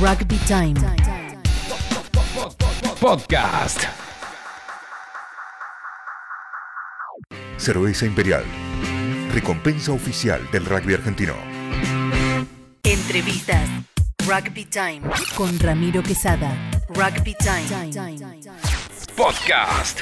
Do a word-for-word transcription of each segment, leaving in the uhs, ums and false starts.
Rugby Time Podcast. Cerveza Imperial, recompensa oficial del rugby argentino. Entrevistas. Rugby Time con Ramiro Quesada. Rugby Time Podcast.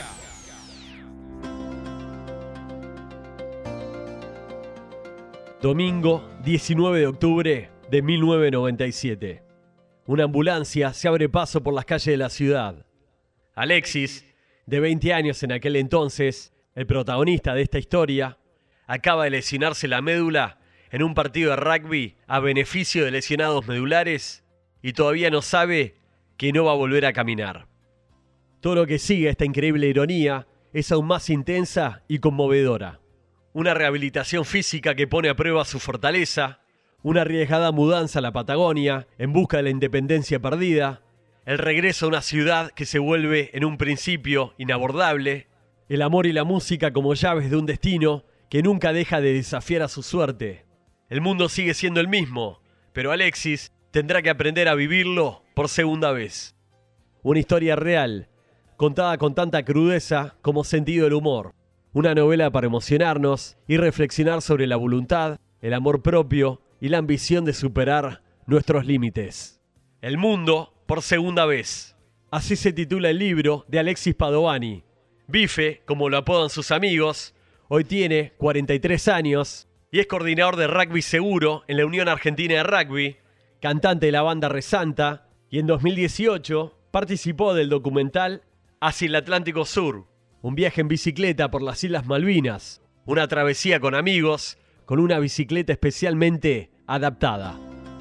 Domingo diecinueve de octubre de mil novecientos noventa y siete. Una ambulancia se abre paso por las calles de la ciudad. Alexis, de veinte años en aquel entonces, el protagonista de esta historia, acaba de lesionarse la médula en un partido de rugby a beneficio de lesionados medulares y todavía no sabe que no va a volver a caminar. Todo lo que sigue esta increíble ironía es aún más intensa y conmovedora. Una rehabilitación física que pone a prueba su fortaleza, una arriesgada mudanza a la Patagonia en busca de la independencia perdida, el regreso a una ciudad que se vuelve en un principio inabordable, el amor y la música como llaves de un destino que nunca deja de desafiar a su suerte. El mundo sigue siendo el mismo, pero Alexis tendrá que aprender a vivirlo por segunda vez. Una historia real, contada con tanta crudeza como sentido del humor. Una novela para emocionarnos y reflexionar sobre la voluntad, el amor propio y la ambición de superar nuestros límites. El mundo por segunda vez. Así se titula el libro de Alexis Padovani. Bife, como lo apodan sus amigos, hoy tiene cuarenta y tres años y es coordinador de Rugby Seguro en la Unión Argentina de Rugby, cantante de la banda Resanta y en dos mil dieciocho participó del documental Hacia el Atlántico Sur, un viaje en bicicleta por las Islas Malvinas, una travesía con amigos, con una bicicleta especialmente adaptada.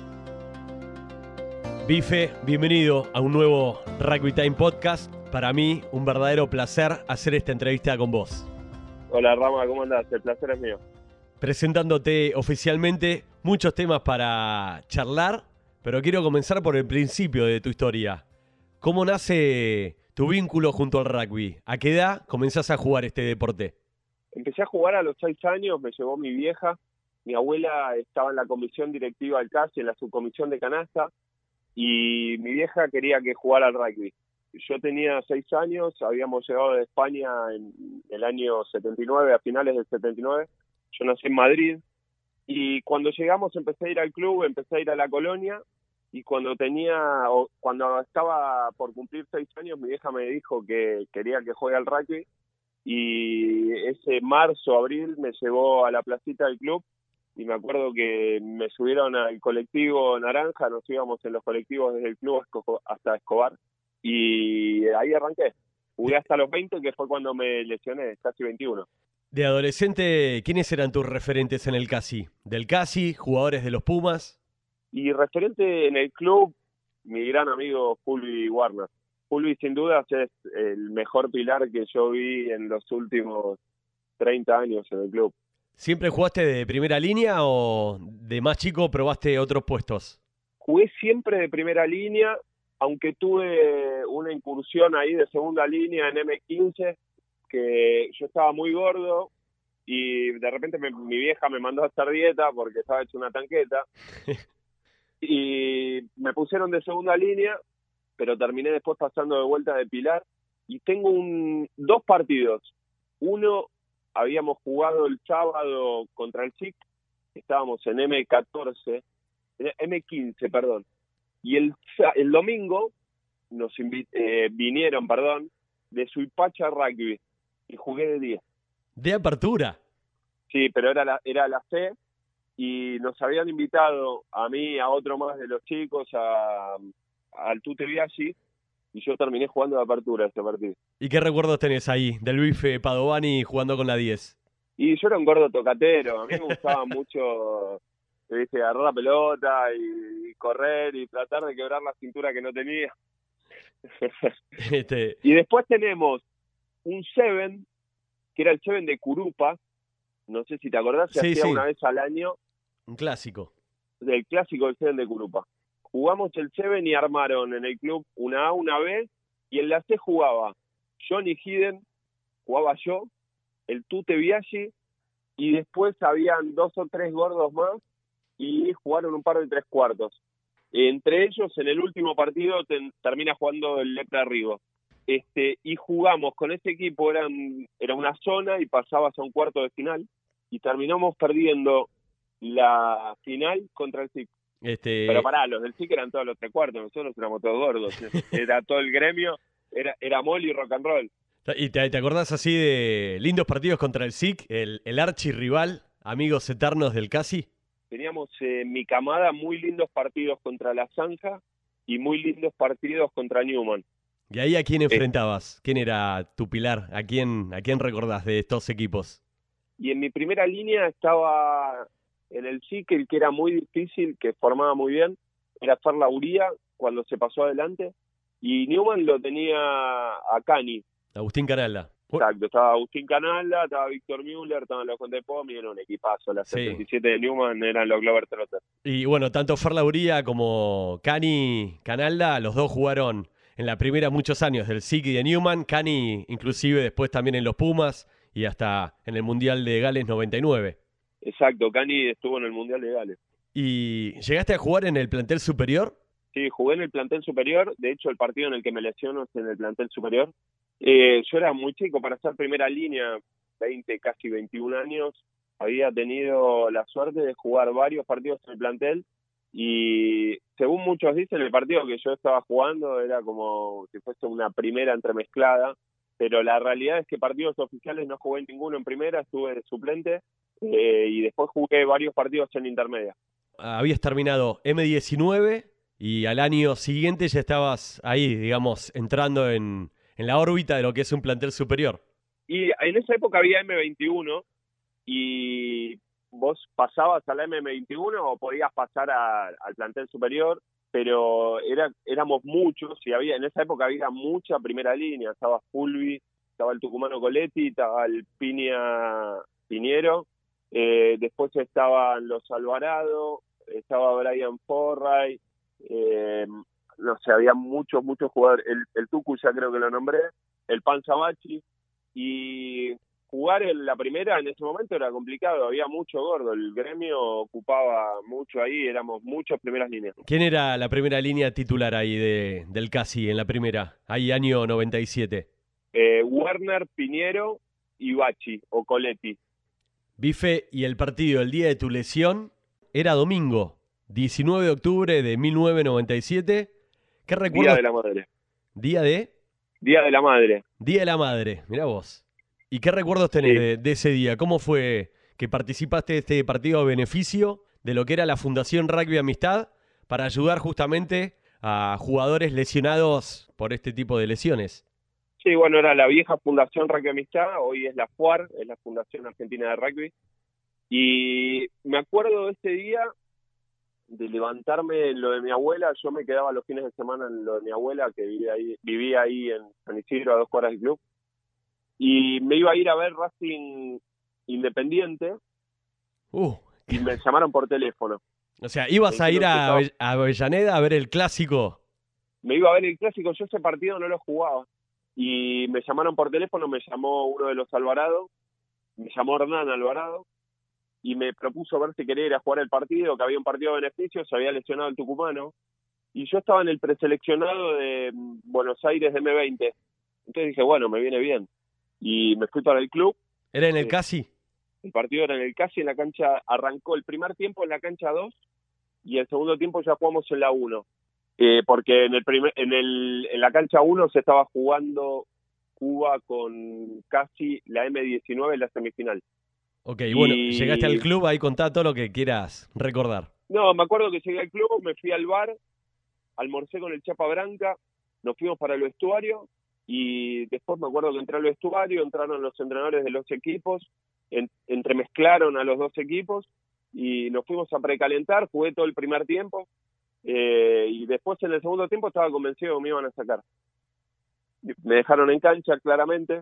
Bife, bienvenido a un nuevo Rugby Time Podcast. Para mí, un verdadero placer hacer esta entrevista con vos. Hola Rama, ¿cómo andás? El placer es mío. Presentándote oficialmente, muchos temas para charlar, pero quiero comenzar por el principio de tu historia. ¿Cómo nace tu vínculo junto al rugby? ¿A qué edad comenzás a jugar este deporte? Empecé a jugar a los seis años, me llevó mi vieja. Mi abuela estaba en la comisión directiva del C A S I, en la subcomisión de canasta, y mi vieja quería que jugara al rugby. Yo tenía seis años, habíamos llegado de España en el año setenta y nueve, a finales del setenta y nueve. Yo nací en Madrid, y cuando llegamos empecé a ir al club, empecé a ir a la colonia, y cuando tenía, o cuando estaba por cumplir seis años, mi vieja me dijo que quería que juegue al rugby, y ese marzo, abril, me llevó a la placita del club, y me acuerdo que me subieron al colectivo Naranja, nos íbamos en los colectivos desde el club hasta Escobar, y ahí arranqué. Jugué hasta los veinte, que fue cuando me lesioné, casi veintiuno. De adolescente, ¿quiénes eran tus referentes en el C A S I? ¿Del C A S I? ¿Jugadores de los Pumas? Y referente en el club, mi gran amigo Fulvi Warner. Fulvi sin dudas es el mejor pilar que yo vi en los últimos treinta años en el club. ¿Siempre jugaste de primera línea o de más chico probaste otros puestos? Jugué siempre de primera línea, aunque tuve una incursión ahí de segunda línea en eme quince, que yo estaba muy gordo y de repente me, mi vieja me mandó a hacer dieta porque estaba hecho una tanqueta y me pusieron de segunda línea, pero terminé después pasando de vuelta de pilar y tengo un, dos partidos. Uno, habíamos jugado el sábado contra el S I C, estábamos en eme catorce, eme quince, perdón, y el, el domingo nos invi- eh, vinieron, perdón, de Suipacha Rugby y jugué de diez. ¿De apertura? Sí, pero era la, era la C y nos habían invitado a mí, a otro más de los chicos, a, al Tute Biaggi, y yo terminé jugando de apertura ese partido. ¿Y qué recuerdos tenés ahí del Bife Padovani jugando con la diez? Y yo era un gordo tocatero, a mí me gustaba mucho, ¿viste?, agarrar la pelota y, y correr y tratar de quebrar la cintura que no tenía. este... Y después tenemos un Seven, que era el Seven de Curupa, no sé si te acordás, se sí, hacía sí. una vez al año. Un clásico. Del clásico del Seven de Curupa. Jugamos el Seven y armaron en el club una A, una B, y en la C jugaba Johnny Hidden, jugaba yo, el Tute Biaggi, y después habían dos o tres gordos más, y jugaron un par de tres cuartos. Entre ellos, en el último partido ten, termina jugando el Lepra Rigo. Este, y jugamos con ese equipo, eran, era una zona y pasabas a un cuarto de final, y terminamos perdiendo la final contra el S I C. Este... Pero pará, los del S I C eran todos los tres cuartos, nosotros éramos todos gordos, era todo el gremio, era, era mole y rock and roll. ¿Y te, te acordás así de lindos partidos contra el S I C, el, el archirrival, amigos eternos del Casi? Teníamos en eh, mi camada muy lindos partidos contra la Zanja y muy lindos partidos contra Newman. ¿Y ahí a quién enfrentabas? Eh, ¿Quién era tu pilar? ¿A quién, a quién recordás de estos equipos? Y en mi primera línea estaba en el S I C, el que era muy difícil, que formaba muy bien, era Fer Lauría cuando se pasó adelante, y Newman lo tenía a Cani. Agustín Canalda. Exacto, estaba Agustín Canalda, estaba Víctor Müller, estaban los Conde Pomi, era un equipazo. Las sí. setenta y siete de Newman eran los Glover Trotter. Y bueno, tanto Fer Lauría como Cani Canalda, los dos jugaron en la primera muchos años del S I C y de Newman. Cani inclusive después también en los Pumas y hasta en el Mundial de Gales noventa y nueve. Exacto, Cani estuvo en el Mundial de Gales. ¿Y llegaste a jugar en el plantel superior? Sí, jugué en el plantel superior. De hecho, el partido en el que me lesiono es en el plantel superior. Eh, yo era muy chico para ser primera línea, veinte, casi veintiún años. Había tenido la suerte de jugar varios partidos en el plantel y, según muchos dicen, el partido que yo estaba jugando era como si fuese una primera entremezclada, pero la realidad es que partidos oficiales no jugué ninguno en primera, estuve de suplente eh, y después jugué varios partidos en intermedia. Habías terminado eme diecinueve y al año siguiente ya estabas ahí, digamos, entrando en... en la órbita de lo que es un plantel superior. Y en esa época había eme veintiuno y vos pasabas a la eme veintiuno o podías pasar a, al plantel superior, pero era éramos muchos y había en esa época había mucha primera línea. Estaba Fulvi, estaba el tucumano Coletti, estaba el Piña Piñero, eh, después estaban los Alvarado, estaba Brian Forray, eh, no sé, había muchos, muchos jugadores, el, el Tucu ya creo que lo nombré, el Panza Bachi, y jugar en la primera en ese momento era complicado, había mucho gordo, el gremio ocupaba mucho ahí, éramos muchos primeras líneas. ¿Quién era la primera línea titular ahí de, del Casi en la primera, ahí año noventa y siete? Eh, Werner, Piñero y Bachi, o Coletti. Bife, y el partido, el día de tu lesión, era domingo, diecinueve de octubre de mil novecientos noventa y siete. ¿Qué recuerdas? Día de la Madre. ¿Día de? Día de la Madre. Día de la Madre, mirá vos. ¿Y qué recuerdos tenés sí. de, de ese día? ¿Cómo fue que participaste de este partido a beneficio de lo que era la Fundación Rugby Amistad para ayudar justamente a jugadores lesionados por este tipo de lesiones? Sí, bueno, era la vieja Fundación Rugby Amistad, hoy es la FUAR, es la Fundación Argentina de Rugby. Y me acuerdo de ese día de levantarme en lo de mi abuela. Yo me quedaba los fines de semana en lo de mi abuela, que vivía ahí, vivía ahí en San Isidro, a dos cuadras del club, y me iba a ir a ver Racing Independiente, uh, y me llamaron por teléfono. O sea, ¿ibas a ir a, a Avellaneda a ver el clásico? Me iba a ver el clásico, yo ese partido no lo jugaba, y me llamaron por teléfono, me llamó uno de los Alvarado, me llamó Hernán Alvarado, y me propuso ver si quería ir a jugar el partido, que había un partido de beneficio, se había lesionado el tucumano, y yo estaba en el preseleccionado de Buenos Aires de eme veinte. Entonces dije, bueno, me viene bien. Y me fui para el club. ¿Era en el eh, Casi? El partido era en el Casi, en la cancha, arrancó el primer tiempo en la cancha dos, y el segundo tiempo ya jugamos en la uno. Eh, porque en el primer, en el en la cancha uno se estaba jugando Cuba con Casi la eme diecinueve en la semifinal. Ok, y bueno, llegaste al club, ahí contá todo lo que quieras recordar. No, me acuerdo que llegué al club, me fui al bar, almorcé con el Chapa Branca, nos fuimos para el vestuario y después me acuerdo que entré al vestuario, entraron los entrenadores de los equipos, en, entremezclaron a los dos equipos y nos fuimos a precalentar, jugué todo el primer tiempo eh, y después en el segundo tiempo estaba convencido que me iban a sacar. Me dejaron en cancha claramente.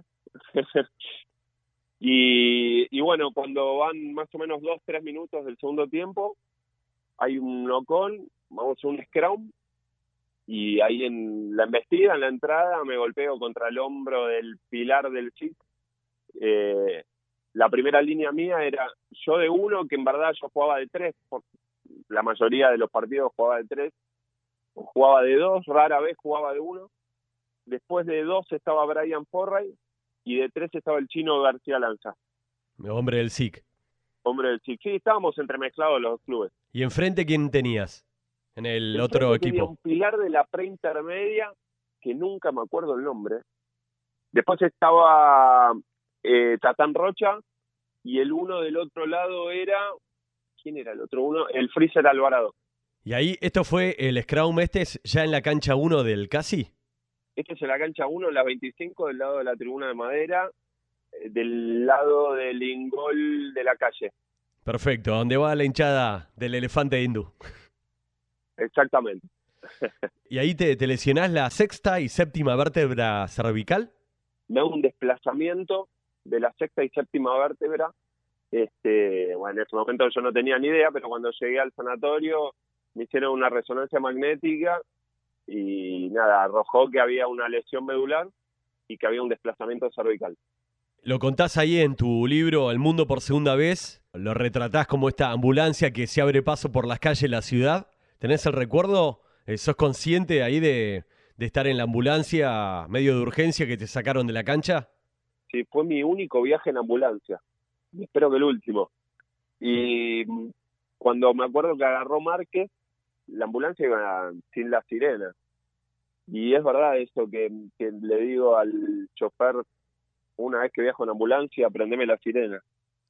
Y, y bueno, cuando van más o menos dos, tres minutos del segundo tiempo, hay un knock-on, vamos a un scrum, y ahí en la embestida, en la entrada, me golpeo contra el hombro del pilar del chip. Eh, la primera línea mía era yo de uno, que en verdad yo jugaba de tres, la mayoría de los partidos jugaba de tres, jugaba de dos, rara vez jugaba de uno. Después de dos estaba Brian Forray y de tres estaba el chino García Lanza. Hombre del S I C. Hombre del S I C. Sí, estábamos entremezclados los dos clubes. ¿Y enfrente quién tenías en el Enfrente otro tenía equipo? un pilar de la preintermedia que nunca me acuerdo el nombre. Después estaba eh, Tatán Rocha y el uno del otro lado era... ¿Quién era el otro uno? El Freezer Alvarado. Y ahí, ¿esto fue el Scrum este es ya en la cancha uno del Casi? Este es en la cancha uno, la veinticinco, del lado de la tribuna de madera, eh, del lado del ingol de la calle. Perfecto, donde va la hinchada del elefante hindú. Exactamente. ¿Y ahí te, te lesionás la sexta y séptima vértebra cervical? Me hago un desplazamiento de la sexta y séptima vértebra. Este, bueno, en ese momento yo no tenía ni idea, pero cuando llegué al sanatorio me hicieron una resonancia magnética y nada, arrojó que había una lesión medular y que había un desplazamiento cervical. Lo contás ahí en tu libro El Mundo por Segunda Vez, lo retratás como esta ambulancia que se abre paso por las calles de la ciudad. ¿Tenés el recuerdo? Eh, ¿Sos consciente ahí de, de estar en la ambulancia medio de urgencia que te sacaron de la cancha? Sí, fue mi único viaje en ambulancia. Espero que el último. Y cuando me acuerdo que agarró Márquez, la ambulancia iba sin la sirena. Y es verdad eso que, que le digo al chofer, una vez que viajo en ambulancia, prendeme la sirena.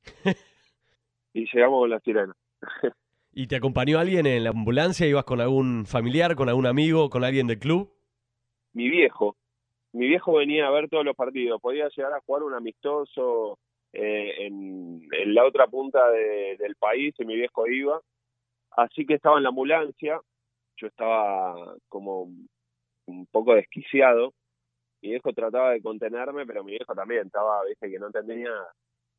Y llegamos con la sirena. ¿Y te acompañó alguien en la ambulancia? ¿Ibas con algún familiar, con algún amigo, con alguien del club? Mi viejo. Mi viejo venía a ver todos los partidos. Podía llegar a jugar un amistoso eh, en, en la otra punta de, del país y mi viejo iba. Así que estaba en la ambulancia. Yo estaba como un poco desquiciado. Mi viejo trataba de contenerme, pero mi viejo también estaba, viste, que no entendía nada.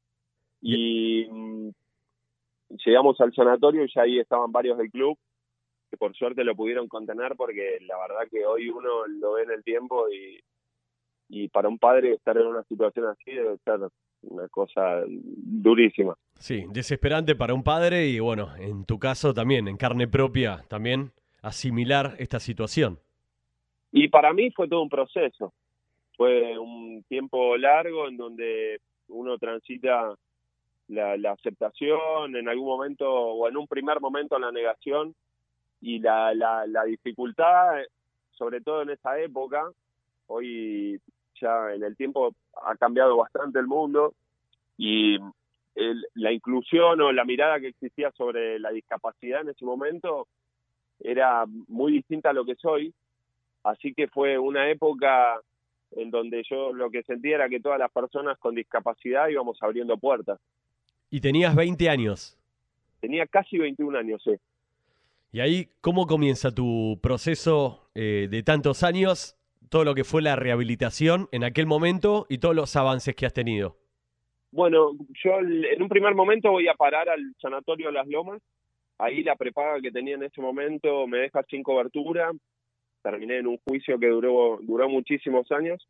Y mm, llegamos al sanatorio y ya ahí estaban varios del club, que por suerte lo pudieron contener, porque la verdad que hoy uno lo ve en el tiempo y, y para un padre estar en una situación así debe ser una cosa durísima. Sí, desesperante para un padre y bueno, en tu caso también, en carne propia, también asimilar esta situación. Y para mí fue todo un proceso. Fue un tiempo largo en donde uno transita la, la aceptación, en algún momento o en un primer momento la negación y la, la, la dificultad, sobre todo en esa época. Hoy ya en el tiempo ha cambiado bastante el mundo y el, la inclusión o la mirada que existía sobre la discapacidad en ese momento era muy distinta a lo que soy. Así que fue una época en donde yo lo que sentía era que todas las personas con discapacidad íbamos abriendo puertas. Y tenías veinte años. Tenía casi veintiún años, sí. Y ahí, ¿cómo comienza tu proceso eh, de tantos años? Todo lo que fue la rehabilitación en aquel momento y todos los avances que has tenido. Bueno, yo en un primer momento voy a parar al sanatorio Las Lomas. Ahí la prepaga que tenía en ese momento me deja sin cobertura. Terminé en un juicio que duró, duró muchísimos años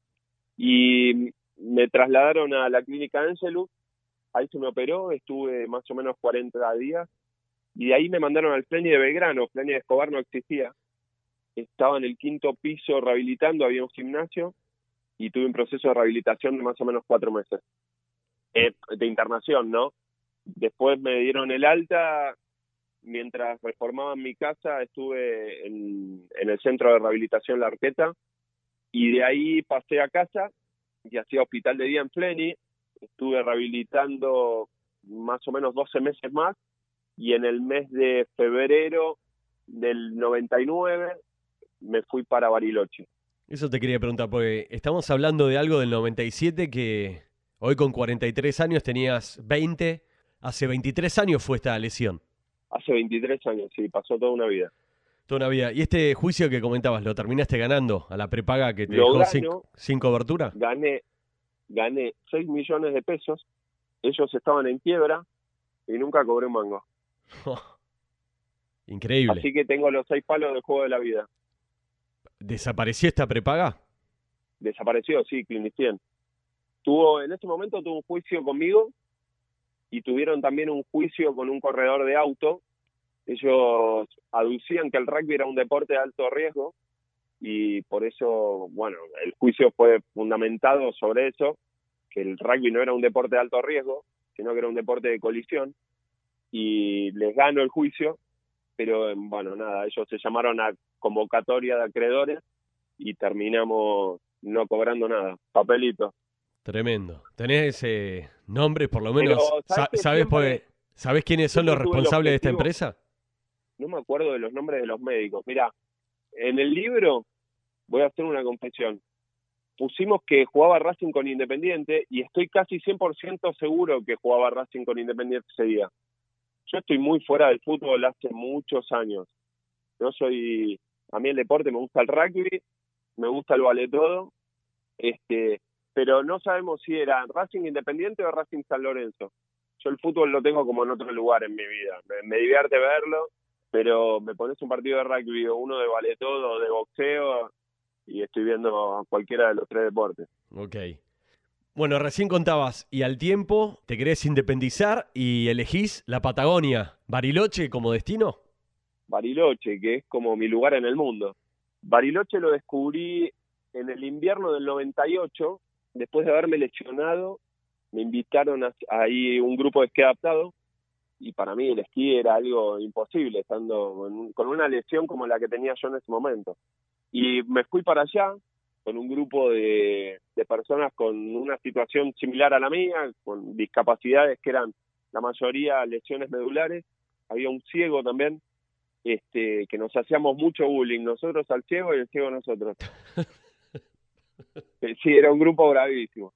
y me trasladaron a la clínica Angelus. Ahí se me operó, estuve más o menos cuarenta días y de ahí me mandaron al Flenny de Belgrano. Flenny de Escobar no existía. Estaba en el quinto piso rehabilitando, había un gimnasio y tuve un proceso de rehabilitación de más o menos cuatro meses. Eh, de internación, ¿no? Después me dieron el alta. Mientras reformaban mi casa estuve en, en el centro de rehabilitación La Arqueta y de ahí pasé a casa y hacía hospital de día en Flenny. Estuve rehabilitando más o menos doce meses más y en el mes de febrero del noventa y nueve me fui para Bariloche. Eso te quería preguntar, porque estamos hablando de algo del noventa y siete que hoy con cuarenta y tres años tenías veinte. Hace veintitrés años fue esta lesión. Hace veintitrés años, sí, pasó toda una vida. Toda una vida. ¿Y este juicio que comentabas, lo terminaste ganando a la prepaga que te Lo dejó gano, sin, sin cobertura? Gané, gané seis millones de pesos. Ellos estaban en quiebra y nunca cobré un mango. Increíble. Así que tengo los seis palos del juego de la vida. ¿Desapareció esta prepaga? Desapareció, sí, Clinician. Tuvo, en ese momento tuvo un juicio conmigo y tuvieron también un juicio con un corredor de auto ellos aducían que el rugby era un deporte de alto riesgo y por eso, bueno, el juicio fue fundamentado sobre eso, que el rugby no era un deporte de alto riesgo, sino que era un deporte de colisión, y les ganó el juicio, pero bueno, nada, ellos se llamaron a convocatoria de acreedores y terminamos no cobrando nada, papelito. Tremendo. ¿Tenés eh, nombres, por lo menos? Pero, ¿sabes Sa- ¿Sabés, siempre, pues, ¿Sabés quiénes son los tuve el responsables de esta objetivo? empresa? No me acuerdo de los nombres de los médicos. Mira, en el libro voy a hacer una confesión. Pusimos que jugaba Racing con Independiente y estoy casi cien por ciento seguro que jugaba Racing con Independiente ese día. Yo estoy muy fuera del fútbol hace muchos años. Yo soy, a mí el deporte me gusta el rugby, me gusta el vale todo, este, pero no sabemos si era Racing Independiente o Racing San Lorenzo. Yo el fútbol lo tengo como en otro lugar en mi vida. Me, me divierte verlo, pero me pones un partido de rugby o uno de vale todo o de boxeo y estoy viendo cualquiera de los tres deportes. Ok. Bueno, recién contabas, y al tiempo te querés independizar y elegís la Patagonia, Bariloche como destino. Bariloche, que es como mi lugar en el mundo. Bariloche lo descubrí en el invierno del noventa y ocho, después de haberme lesionado, me invitaron a, ahí un grupo de esquí adaptado, y para mí el esquí era algo imposible, estando con, con una lesión como la que tenía yo en ese momento. Y me fui para allá con un grupo de, de personas con una situación similar a la mía, con discapacidades que eran la mayoría lesiones medulares. Había un ciego también, este, que nos hacíamos mucho bullying, nosotros al ciego y el ciego a nosotros. Sí, era un grupo bravísimo.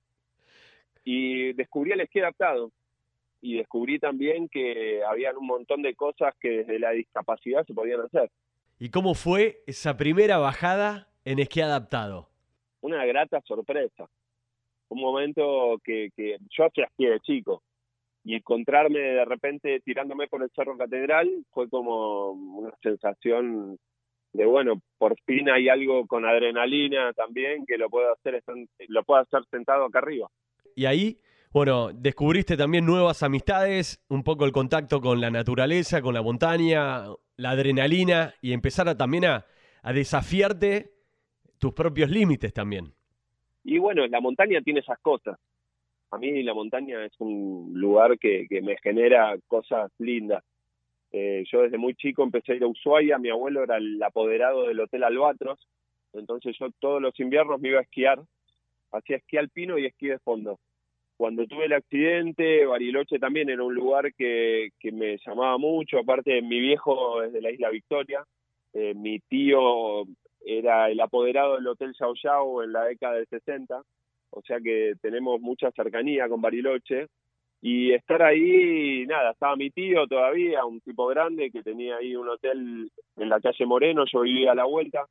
Y descubrí el esquí adaptado. Y descubrí también que habían un montón de cosas que desde la discapacidad se podían hacer. ¿Y cómo fue esa primera bajada en esquí adaptado? Una grata sorpresa. Un momento que, que yo hacía esquí de chico. Y encontrarme de repente tirándome por el Cerro Catedral fue como una sensación de, bueno, por fin hay algo con adrenalina también que lo puedo hacer, lo puedo hacer sentado acá arriba. Y ahí, bueno, descubriste también nuevas amistades, un poco el contacto con la naturaleza, con la montaña, la adrenalina, y empezar a, también a, a desafiarte tus propios límites también. Y bueno, la montaña tiene esas cosas. A mí la montaña es un lugar que, que me genera cosas lindas. Eh, yo desde muy chico empecé a ir a Ushuaia, mi abuelo era el apoderado del Hotel Albatros, entonces yo todos los inviernos me iba a esquiar, hacía esquí alpino y esquí de fondo. Cuando tuve el accidente, Bariloche también era un lugar que, que me llamaba mucho, aparte mi viejo es de la Isla Victoria, eh, mi tío era el apoderado del Hotel Yao Yao en la década del sesenta, o sea que tenemos mucha cercanía con Bariloche, y estar ahí, nada, estaba mi tío todavía, un tipo grande que tenía ahí un hotel en la calle Moreno, yo vivía a la vuelta,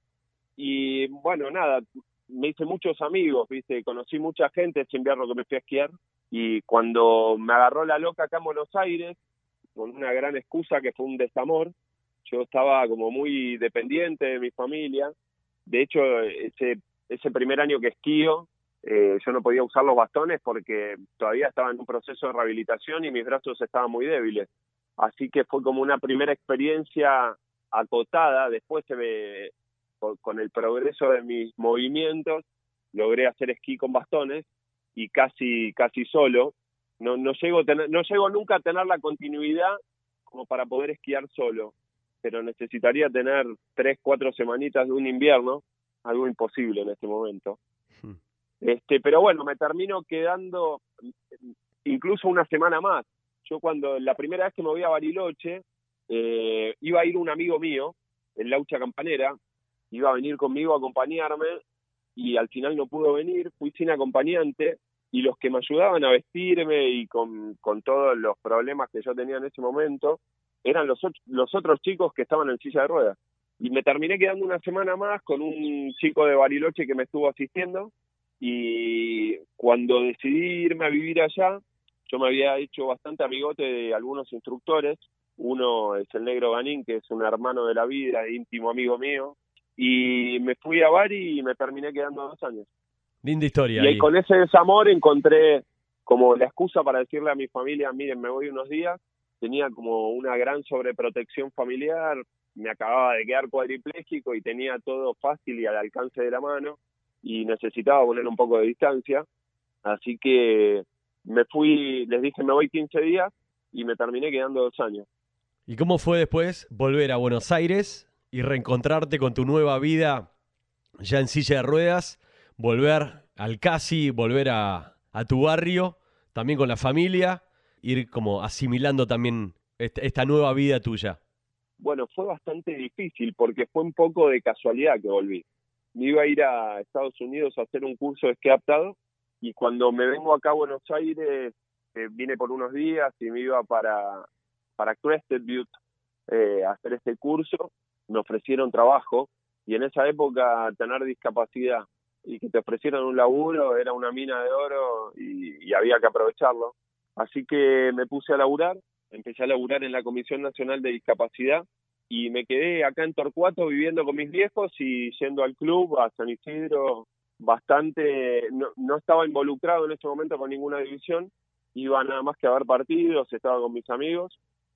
y bueno, nada, me hice muchos amigos, viste, conocí mucha gente ese invierno que me fui a esquiar, y cuando me agarró la loca acá en Buenos Aires, con una gran excusa que fue un desamor, yo estaba como muy dependiente de mi familia, de hecho, ese, ese primer año que esquío, Eh, yo no podía usar los bastones porque todavía estaba en un proceso de rehabilitación y mis brazos estaban muy débiles. Así que fue como una primera experiencia acotada. Después se me, con, con el progreso de mis movimientos logré hacer esquí con bastones y casi casi solo. No, no, llego a tener, no llego nunca a tener la continuidad como para poder esquiar solo, pero necesitaría tener tres, cuatro semanitas de un invierno, algo imposible en este momento. Hmm. Este, pero bueno, me termino quedando incluso una semana más. Yo cuando la primera vez que me voy a Bariloche, eh, iba a ir un amigo mío, el Laucha Campanera, iba a venir conmigo a acompañarme y al final no pudo venir, fui sin acompañante y los que me ayudaban a vestirme y con, con todos los problemas que yo tenía en ese momento, eran los, los otros chicos que estaban en silla de ruedas. Y me terminé quedando una semana más con un chico de Bariloche que me estuvo asistiendo. Y cuando decidí irme a vivir allá, yo me había hecho bastante amigote de algunos instructores. Uno es el Negro Ganín, que es un hermano de la vida, íntimo amigo mío. Y me fui a Bari y me terminé quedando dos años. Linda historia. Y ahí. Con ese desamor encontré como la excusa para decirle a mi familia, miren, me voy unos días. tenía como una gran sobreprotección familiar, me acababa de quedar cuadripléjico y tenía todo fácil y al alcance de la mano y necesitaba poner un poco de distancia, así que me fui, les dije me voy quince días y me terminé quedando dos años. ¿Y cómo fue después volver a Buenos Aires y reencontrarte con tu nueva vida ya en silla de ruedas, volver al Casi, volver a, a tu barrio, también con la familia, ir como asimilando también esta, esta nueva vida tuya? Bueno, fue bastante difícil porque fue un poco de casualidad que volví. Me iba a ir a Estados Unidos a hacer un curso de esquí adaptado y cuando me vengo acá a Buenos Aires, eh, vine por unos días y me iba para, para Crested Butte eh, a hacer este curso, me ofrecieron trabajo y en esa época tener discapacidad y que te ofrecieran un laburo era una mina de oro y, y había que aprovecharlo. Así que me puse a laburar, empecé a laburar en la Comisión Nacional de Discapacidad y me quedé acá en Torcuato viviendo con mis viejos y yendo al club, a San Isidro, bastante, no, no estaba involucrado en ese momento con ninguna división, iba nada más que a ver partidos, estaba con mis amigos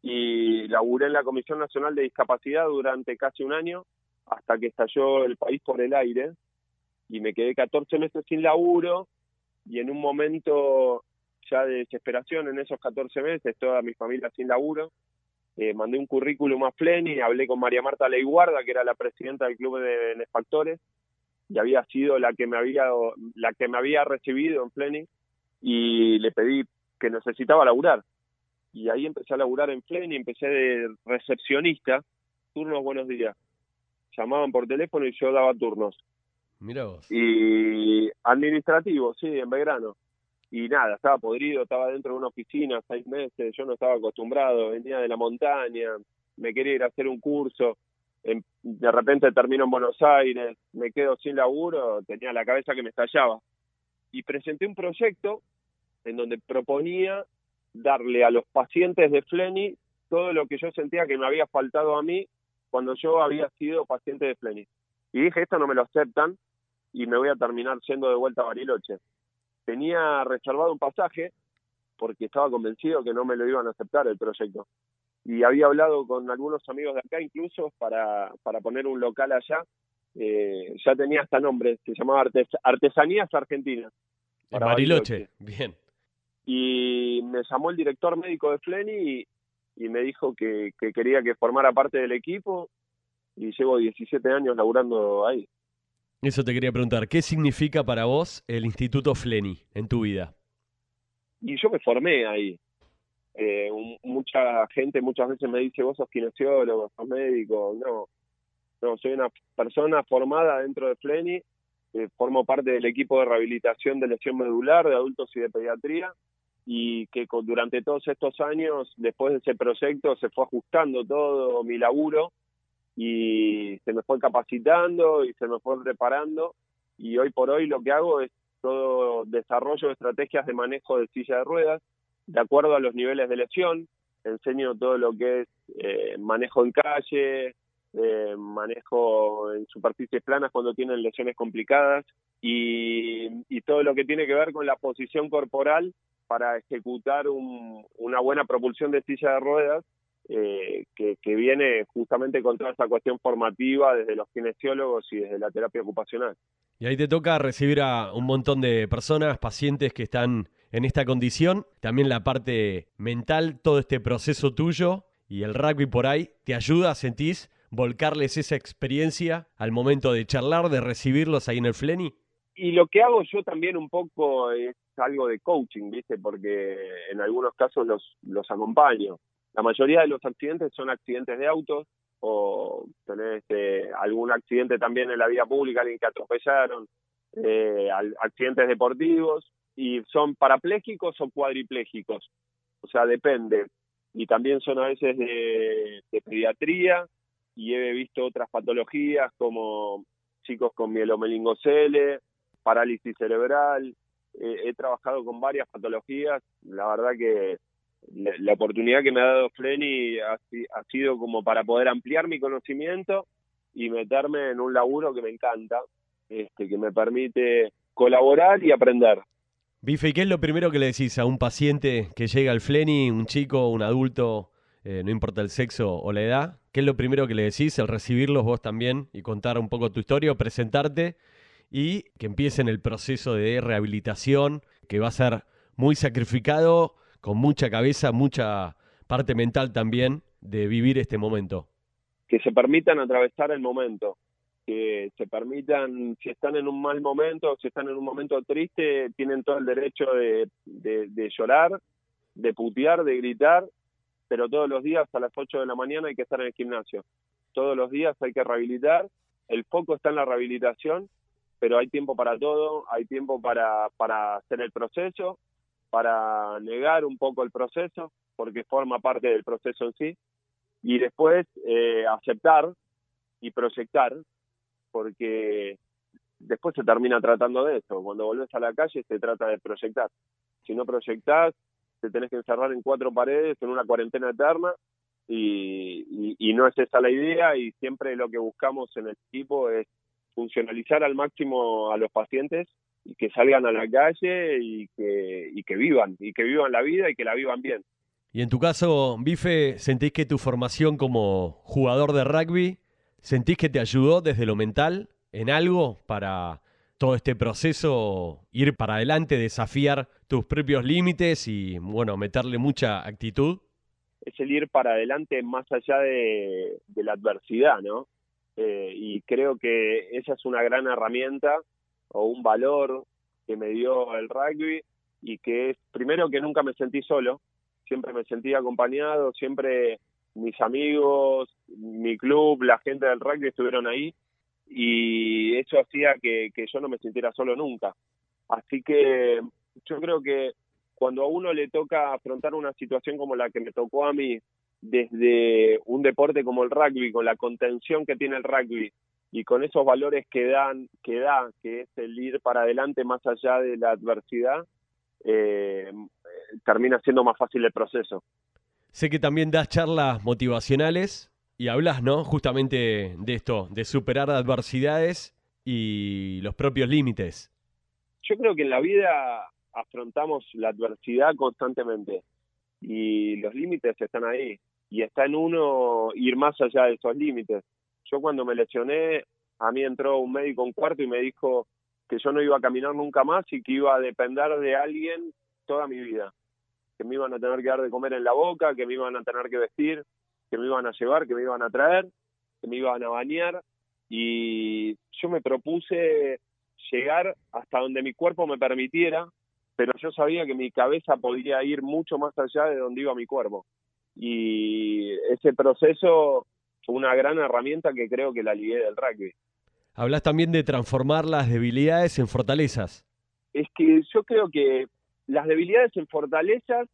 y laburé en la Comisión Nacional de Discapacidad durante casi un año hasta que estalló el país por el aire y me quedé catorce meses sin laburo y en un momento ya de desesperación en esos catorce meses, toda mi familia sin laburo, eh, mandé un currículum a Fleni, hablé con María Marta Leiguarda, que era la presidenta del club de benefactores, y había sido la que me había la que me había recibido en Fleni, y le pedí que necesitaba laburar. Y ahí empecé a laburar en Fleni, empecé de recepcionista, turnos buenos días. Llamaban por teléfono y yo daba turnos. Mirá vos. Y administrativo, sí, en Belgrano. Y nada, estaba podrido, estaba dentro de una oficina seis meses, yo no estaba acostumbrado, venía de la montaña, me quería ir a hacer un curso, de repente termino en Buenos Aires, me quedo sin laburo, tenía la cabeza que me estallaba. Y presenté un proyecto en donde proponía darle a los pacientes de Fleni todo lo que yo sentía que me había faltado a mí cuando yo había sido paciente de Fleni. Y dije, esto no me lo aceptan y me voy a terminar yendo de vuelta a Bariloche. Tenía reservado un pasaje porque estaba convencido que no me lo iban a aceptar el proyecto. Y había hablado con algunos amigos de acá incluso para, para poner un local allá. Eh, ya tenía hasta nombre, se llamaba Artes, Artesanías Argentinas. En Bariloche, bien. Y me llamó el director médico de Fleni y, y me dijo que, que quería que formara parte del equipo y llevo diecisiete años laburando ahí. Eso te quería preguntar, ¿qué significa para vos el Instituto Fleni en tu vida? Y yo me formé ahí. Eh, un, mucha gente muchas veces me dice, vos sos kinesiólogo, sos médico. No, no, soy una persona formada dentro de Fleni, eh, formo parte del equipo de rehabilitación de lesión medular de adultos y de pediatría, y que con, durante todos estos años, después de ese proyecto, se fue ajustando todo mi laburo, y se me fue capacitando y se me fue preparando, y hoy por hoy lo que hago es todo desarrollo de estrategias de manejo de silla de ruedas, de acuerdo a los niveles de lesión. Enseño todo lo que es eh, manejo en calle, eh, manejo en superficies planas cuando tienen lesiones complicadas, y, y todo lo que tiene que ver con la posición corporal para ejecutar un, una buena propulsión de silla de ruedas, Eh, que, que viene justamente con toda esa cuestión formativa desde los kinesiólogos y desde la terapia ocupacional. Y ahí te toca recibir a un montón de personas, pacientes que están en esta condición, también la parte mental, todo este proceso tuyo, y el rugby por ahí te ayuda, sentís, volcarles esa experiencia al momento de charlar, de recibirlos ahí en el Fleni. Y lo que hago yo también un poco es algo de coaching, ¿viste? Porque en algunos casos los, los acompaño. La mayoría de los accidentes son accidentes de autos o tenés eh, algún accidente también en la vía pública, alguien que atropellaron, eh, accidentes deportivos, y son parapléjicos o cuadriplégicos. O sea, depende. Y también son a veces de, de pediatría, y he visto otras patologías como chicos con mielomeningocele, parálisis cerebral. Eh, he trabajado con varias patologías. La verdad que La, la oportunidad que me ha dado Fleni ha, ha sido como para poder ampliar mi conocimiento y meterme en un laburo que me encanta, este, que me permite colaborar y aprender. Bife, ¿y qué es lo primero que le decís a un paciente que llega al Fleni, un chico, un adulto eh, no importa el sexo o la edad. ¿Qué es lo primero que le decís? El recibirlos vos también y contar un poco tu historia, o presentarte y que empiecen el proceso de rehabilitación, que va a ser muy sacrificado, con mucha cabeza, mucha parte mental también de vivir este momento. Que se permitan atravesar el momento, que se permitan, si están en un mal momento, si están en un momento triste, tienen todo el derecho de, de, de llorar, de putear, de gritar, pero todos los días a las ocho de la mañana hay que estar en el gimnasio. Todos los días hay que rehabilitar, el foco está en la rehabilitación, pero hay tiempo para todo, hay tiempo para, para hacer el proceso, para negar un poco el proceso, porque forma parte del proceso en sí, y después eh, aceptar y proyectar, porque después se termina tratando de eso. Cuando volvés a la calle se trata de proyectar. Si no proyectás, te tenés que encerrar en cuatro paredes, en una cuarentena eterna, y, y, y no es esa la idea, y siempre lo que buscamos en el equipo es funcionalizar al máximo a los pacientes y que salgan a la calle y que, y que vivan, y que vivan la vida y que la vivan bien. Y en tu caso, Bife, ¿sentís que tu formación como jugador de rugby, sentís que te ayudó desde lo mental en algo para todo este proceso, ir para adelante, desafiar tus propios límites y, bueno, meterle mucha actitud? Es el ir para adelante más allá de, de la adversidad, ¿no? Eh, y creo que esa es una gran herramienta o un valor que me dio el rugby, y que es, primero, que nunca me sentí solo, siempre me sentí acompañado, siempre mis amigos, mi club, la gente del rugby estuvieron ahí, y eso hacía que, que yo no me sintiera solo nunca. Así que yo creo que cuando a uno le toca afrontar una situación como la que me tocó a mí, desde un deporte como el rugby, con la contención que tiene el rugby y con esos valores que dan, que da, que es el ir para adelante más allá de la adversidad, eh, termina siendo más fácil el proceso. Sé que también das charlas motivacionales y hablas, ¿no?, justamente de esto, de superar adversidades y los propios límites. Yo creo que en la vida afrontamos la adversidad constantemente y los límites están ahí, y está en uno ir más allá de esos límites. Yo cuando me lesioné, a mí entró un médico a un cuarto y me dijo que yo no iba a caminar nunca más y que iba a depender de alguien toda mi vida, que me iban a tener que dar de comer en la boca, que me iban a tener que vestir, que me iban a llevar, que me iban a traer, que me iban a bañar, y yo me propuse llegar hasta donde mi cuerpo me permitiera, pero yo sabía que mi cabeza podía ir mucho más allá de donde iba mi cuerpo, y ese proceso fue una gran herramienta que creo que la ligué del rugby. Hablas también de transformar las debilidades en fortalezas. Es que yo creo que las debilidades en fortalezas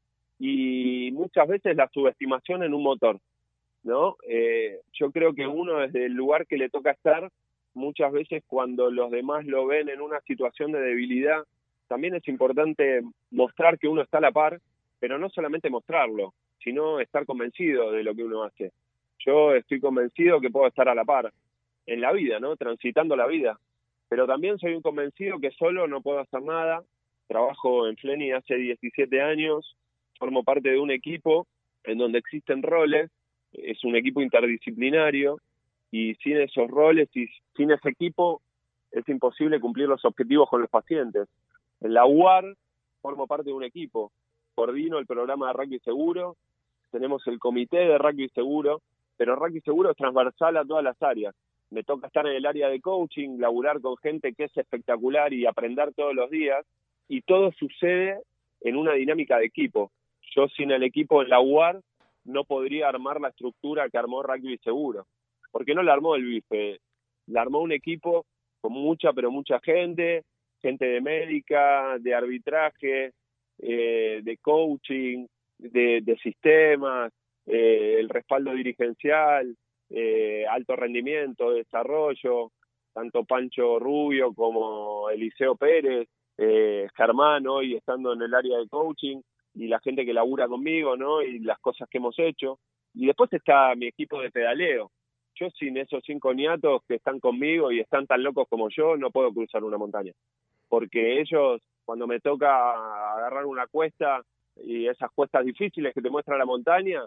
y muchas veces la subestimación en un motor, ¿no? Eh, yo creo que uno, desde el lugar que le toca estar, muchas veces cuando los demás lo ven en una situación de debilidad, también es importante mostrar que uno está a la par, pero no solamente mostrarlo, sino estar convencido de lo que uno hace. Yo estoy convencido que puedo estar a la par en la vida, ¿no?, transitando la vida, pero también soy un convencido que solo no puedo hacer nada. Trabajo en Fleni hace diecisiete años, formo parte de un equipo en donde existen roles, es un equipo interdisciplinario, y sin esos roles y sin ese equipo es imposible cumplir los objetivos con los pacientes. En la U A R formo parte de un equipo, coordino el programa de rugby seguro, tenemos el comité de rugby seguro, pero rugby seguro es transversal a todas las áreas. Me toca estar en el área de coaching, laburar con gente que es espectacular y aprender todos los días, y todo sucede en una dinámica de equipo. Yo sin el equipo en la U A R no podría armar la estructura que armó Rugby Seguro, porque no la armó el bife, la armó un equipo con mucha, pero mucha gente, gente de médica, de arbitraje, eh, de coaching, de, de sistemas, eh, el respaldo dirigencial, eh, alto rendimiento, desarrollo, tanto Pancho Rubio como Eliseo Pérez, eh, Germán hoy estando en el área de coaching, y la gente que labura conmigo, ¿no?, y las cosas que hemos hecho. Y después está mi equipo de pedaleo. Yo sin esos cinco niatos que están conmigo y están tan locos como yo, no puedo cruzar una montaña. Porque ellos, cuando me toca agarrar una cuesta y esas cuestas difíciles que te muestra la montaña,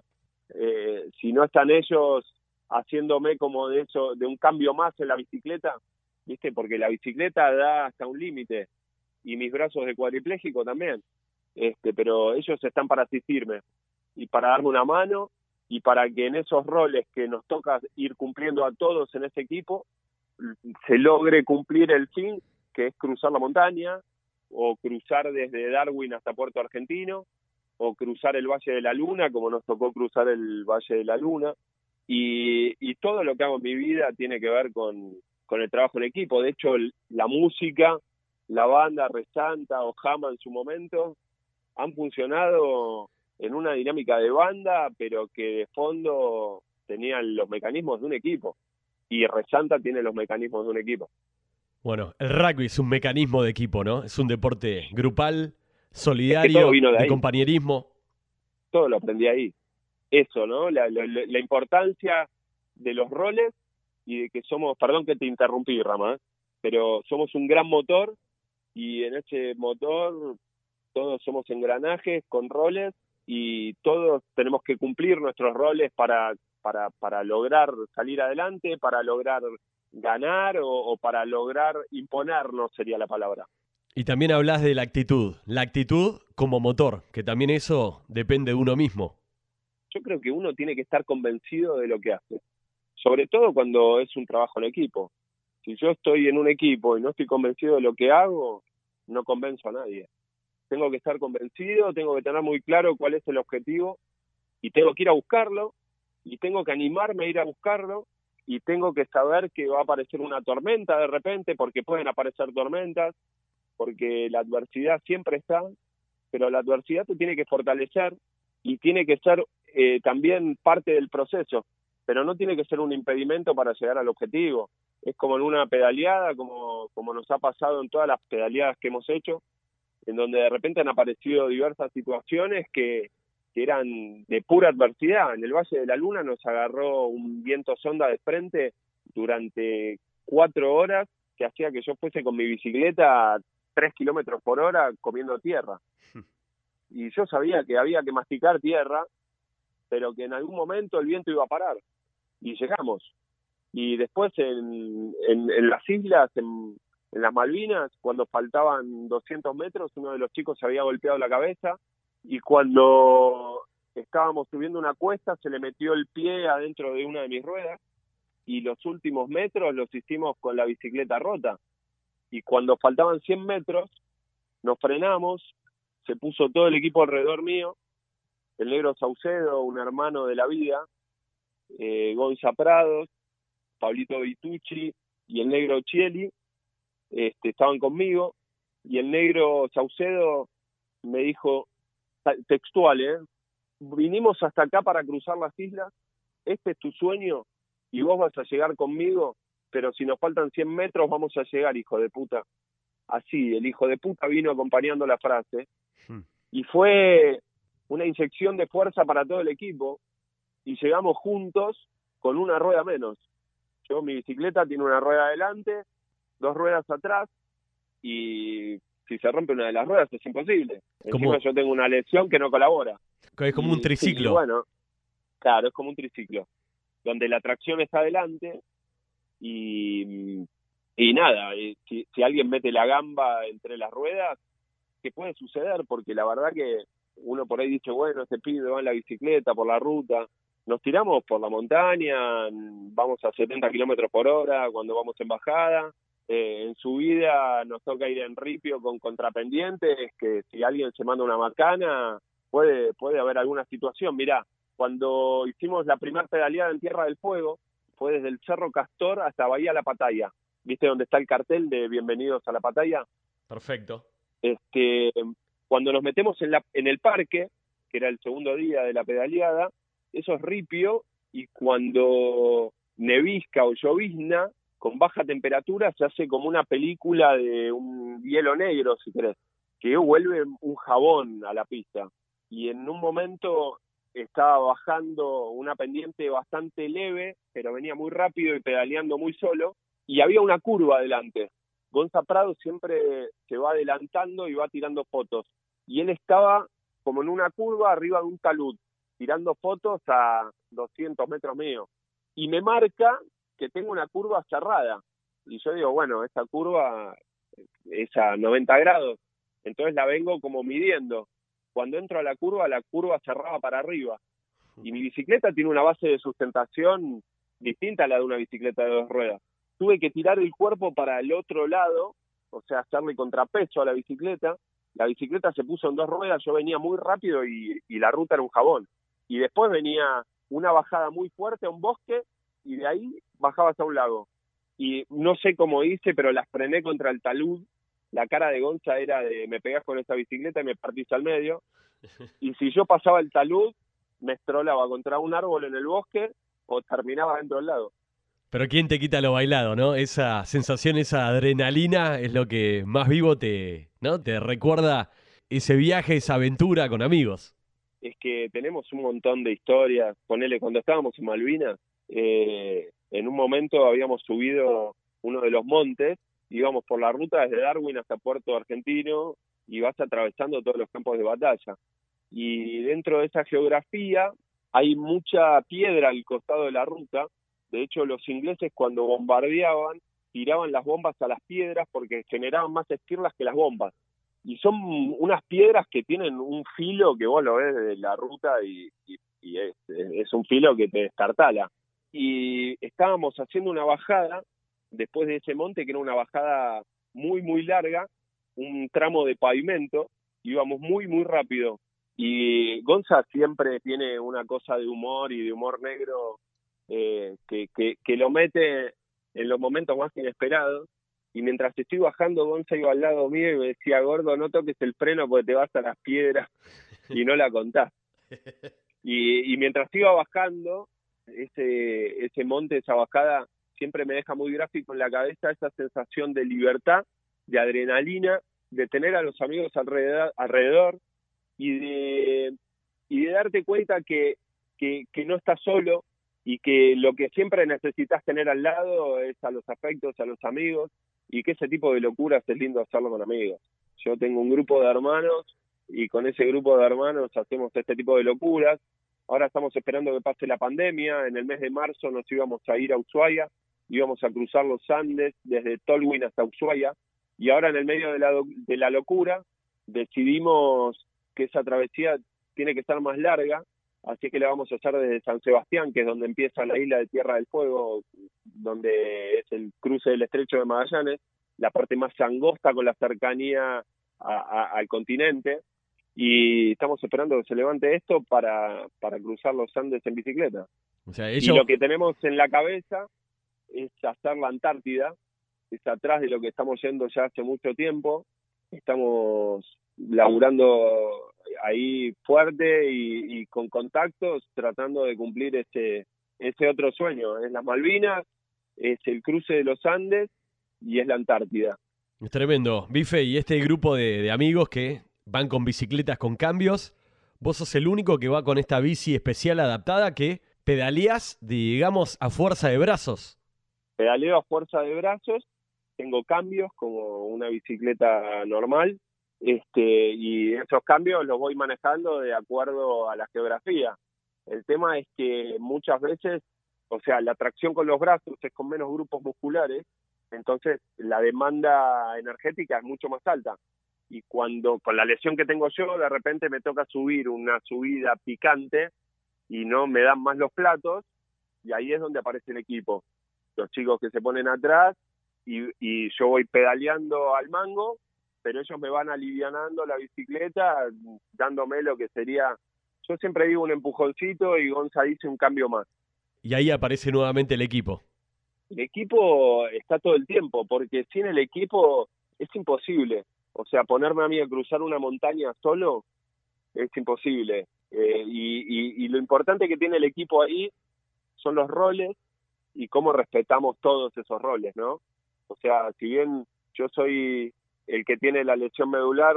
eh, si no están ellos haciéndome como de eso, de un cambio más en la bicicleta, ¿viste? Porque la bicicleta da hasta un límite, y mis brazos de cuadripléjico también, este, pero ellos están para asistirme y para darme una mano, y para que en esos roles que nos toca ir cumpliendo a todos en ese equipo, se logre cumplir el fin, que es cruzar la montaña, o cruzar desde Darwin hasta Puerto Argentino, o cruzar el Valle de la Luna, como nos tocó cruzar el Valle de la Luna, y, y todo lo que hago en mi vida tiene que ver con, con el trabajo en equipo. De hecho, el, la música, la banda Resanta o Jama en su momento, han funcionado en una dinámica de banda, pero que de fondo tenían los mecanismos de un equipo, y Resanta tiene los mecanismos de un equipo. Bueno, el rugby es un mecanismo de equipo, ¿no? Es un deporte grupal, solidario, es que todo vino de, de ahí. compañerismo. Todo lo aprendí ahí. Eso, ¿no? La, la, la importancia de los roles, y de que somos, perdón que te interrumpí, Rama, ¿eh? Pero somos un gran motor, y en ese motor todos somos engranajes con roles, y todos tenemos que cumplir nuestros roles para, para, para lograr salir adelante, para lograr ganar o, o para lograr imponernos, sería la palabra. Y también hablas de la actitud, la actitud como motor, que también eso depende de uno mismo. Yo creo que uno tiene que estar convencido de lo que hace, sobre todo cuando es un trabajo en equipo. Si yo estoy en un equipo y no estoy convencido de lo que hago, no convenzo a nadie. Tengo que estar convencido, tengo que tener muy claro cuál es el objetivo, y tengo que ir a buscarlo, y tengo que animarme a ir a buscarlo, y tengo que saber que va a aparecer una tormenta de repente, porque pueden aparecer tormentas, porque la adversidad siempre está, pero la adversidad te tiene que fortalecer y tiene que ser eh, también parte del proceso, pero no tiene que ser un impedimento para llegar al objetivo. Es como en una pedaleada, como, como nos ha pasado en todas las pedaleadas que hemos hecho, en donde de repente han aparecido diversas situaciones que, que eran de pura adversidad. En el Valle de la Luna nos agarró un viento sonda de frente durante cuatro horas que hacía que yo fuese con mi bicicleta a tres kilómetros por hora comiendo tierra. Y yo sabía que había que masticar tierra, pero que en algún momento el viento iba a parar. Y llegamos. Y después en, en, en las islas, en, en las Malvinas, cuando faltaban doscientos metros, uno de los chicos se había golpeado la cabeza, y cuando estábamos subiendo una cuesta se le metió el pie adentro de una de mis ruedas, y los últimos metros los hicimos con la bicicleta rota. Y cuando faltaban cien metros, nos frenamos, se puso todo el equipo alrededor mío, el negro Saucedo, un hermano de la vida, eh, Gonza Prados, Pablito Vitucci y el negro Chieli, este, estaban conmigo, y el negro Saucedo me dijo, textual, ¿eh? vinimos hasta acá para cruzar las islas, este es tu sueño, y vos vas a llegar conmigo, pero si nos faltan cien metros vamos a llegar, hijo de puta. Así, el hijo de puta vino acompañando la frase, hmm. y fue una inyección de fuerza para todo el equipo, y llegamos juntos con una rueda menos. Yo, mi bicicleta tiene una rueda adelante, dos ruedas atrás, y si se rompe una de las ruedas es imposible. Encima yo tengo una lesión que no colabora. Es como y, un triciclo. Y bueno, claro, es como un triciclo, donde la tracción está adelante, y, y nada, y si, si alguien mete la gamba entre las ruedas, ¿qué puede suceder? Porque la verdad que uno por ahí dice, bueno, este pibe va en la bicicleta por la ruta, nos tiramos por la montaña, vamos a setenta kilómetros por hora cuando vamos en bajada, eh, en subida nos toca ir en ripio con contrapendientes, que si alguien se manda una macana, puede, puede haber alguna situación. Mirá, cuando hicimos la primera pedaleada en Tierra del Fuego, fue desde el Cerro Castor hasta Bahía La Pataya. ¿Viste dónde está el cartel de Bienvenidos a La Pataya? Perfecto. Este, cuando nos metemos en, la, en el parque, que era el segundo día de la pedaleada, eso es ripio, y cuando nevisca o llovizna, con baja temperatura, se hace como una película de un hielo negro, si querés, que vuelve un jabón a la pista. Y en un momento estaba bajando una pendiente bastante leve, pero venía muy rápido y pedaleando muy solo, y había una curva adelante. Gonza Prado siempre se va adelantando y va tirando fotos, y él estaba como en una curva arriba de un talud, tirando fotos a doscientos metros mío. Y me marca que tengo una curva cerrada. Y yo digo, bueno, esta curva es a noventa grados. Entonces la vengo como midiendo. Cuando entro a la curva, la curva cerraba para arriba. Y mi bicicleta tiene una base de sustentación distinta a la de una bicicleta de dos ruedas. Tuve que tirar el cuerpo para el otro lado, o sea, hacerle contrapeso a la bicicleta. La bicicleta se puso en dos ruedas, yo venía muy rápido y, y la ruta era un jabón. Y después venía una bajada muy fuerte a un bosque y de ahí bajabas a un lago. Y no sé cómo hice, pero las frené contra el talud. La cara de Gonza era de me pegás con esta bicicleta y me partís al medio. Y si yo pasaba el talud, me estrolaba contra un árbol en el bosque o terminaba dentro del lago. Pero ¿quién te quita lo bailado, no? Esa sensación, esa adrenalina es lo que más vivo te, ¿no? Te recuerda ese viaje, esa aventura con amigos. Es que tenemos un montón de historias. Ponele, cuando estábamos en Malvinas, eh, en un momento habíamos subido uno de los montes, íbamos por la ruta desde Darwin hasta Puerto Argentino y vas atravesando todos los campos de batalla. Y dentro de esa geografía hay mucha piedra al costado de la ruta. De hecho, los ingleses cuando bombardeaban, tiraban las bombas a las piedras porque generaban más esquirlas que las bombas. Y son unas piedras que tienen un filo que vos lo ves desde la ruta y, y, y es, es un filo que te destartala. Y estábamos haciendo una bajada después de ese monte, que era una bajada muy, muy larga, un tramo de pavimento, íbamos muy, muy rápido. Y Gonza siempre tiene una cosa de humor y de humor negro eh, que, que, que lo mete en los momentos más inesperados. Y mientras estoy bajando, Gonza iba al lado mío y me decía, gordo, no toques el freno porque te vas a las piedras y no la contás. Y, y mientras iba bajando, ese, ese monte, esa bajada, siempre me deja muy gráfico en la cabeza esa sensación de libertad, de adrenalina, de tener a los amigos alrededor, alrededor y de, y de darte cuenta que, que, que no estás solo y que lo que siempre necesitas tener al lado es a los afectos, a los amigos, y que ese tipo de locuras es lindo hacerlo con amigos. Yo tengo un grupo de hermanos y con ese grupo de hermanos hacemos este tipo de locuras. Ahora estamos esperando que pase la pandemia. En el mes de marzo nos íbamos a ir a Ushuaia, íbamos a cruzar los Andes desde Tolwyn hasta Ushuaia, y ahora en el medio de la, de la locura decidimos que esa travesía tiene que estar más larga, así que la vamos a hacer desde San Sebastián, que es donde empieza la isla de Tierra del Fuego, donde es el cruce del Estrecho de Magallanes, la parte más angosta con la cercanía a, a, al continente, y estamos esperando que se levante esto para, para cruzar los Andes en bicicleta. O sea, ello... Y lo que tenemos en la cabeza es hacer la Antártida, es atrás de lo que estamos yendo ya hace mucho tiempo. Estamos laburando ahí fuerte y, y con contactos, tratando de cumplir ese, ese otro sueño. Es las Malvinas, es el cruce de los Andes y es la Antártida. Es tremendo. Bife, y este grupo de, de amigos que van con bicicletas con cambios, vos sos el único que va con esta bici especial adaptada que pedaleás, digamos, a fuerza de brazos. Pedaleo a fuerza de brazos, tengo cambios como una bicicleta normal, este, y esos cambios los voy manejando de acuerdo a la geografía. El tema es que muchas veces, o sea, la tracción con los brazos es con menos grupos musculares, entonces la demanda energética es mucho más alta. Y cuando, con la lesión que tengo yo, de repente me toca subir una subida picante y no me dan más los platos, y ahí es donde aparece el equipo. Los chicos que se ponen atrás y, y yo voy pedaleando al mango, pero ellos me van alivianando la bicicleta, dándome lo que sería, yo siempre digo un empujoncito y Gonza dice un cambio más. Y ahí aparece nuevamente el equipo. El equipo está todo el tiempo, porque sin el equipo es imposible. O sea, ponerme a mí a cruzar una montaña solo es imposible. Eh, y, y, y lo importante que tiene el equipo ahí son los roles y cómo respetamos todos esos roles, ¿no? O sea, si bien yo soy el que tiene la lesión medular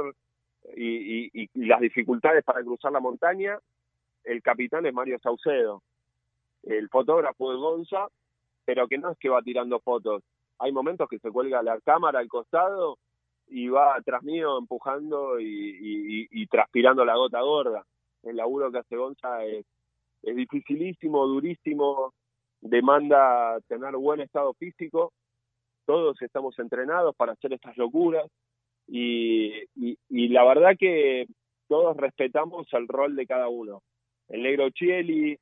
y, y, y las dificultades para cruzar la montaña, el capitán es Mario Saucedo, el fotógrafo es Gonza, pero que no es que va tirando fotos. Hay momentos que se cuelga la cámara al costado y va atrás mío empujando y, y, y transpirando la gota gorda. El laburo que hace Gonza es, es dificilísimo, durísimo, demanda tener buen estado físico. Todos estamos entrenados para hacer estas locuras y, y, y la verdad que todos respetamos el rol de cada uno. El negro Chieli,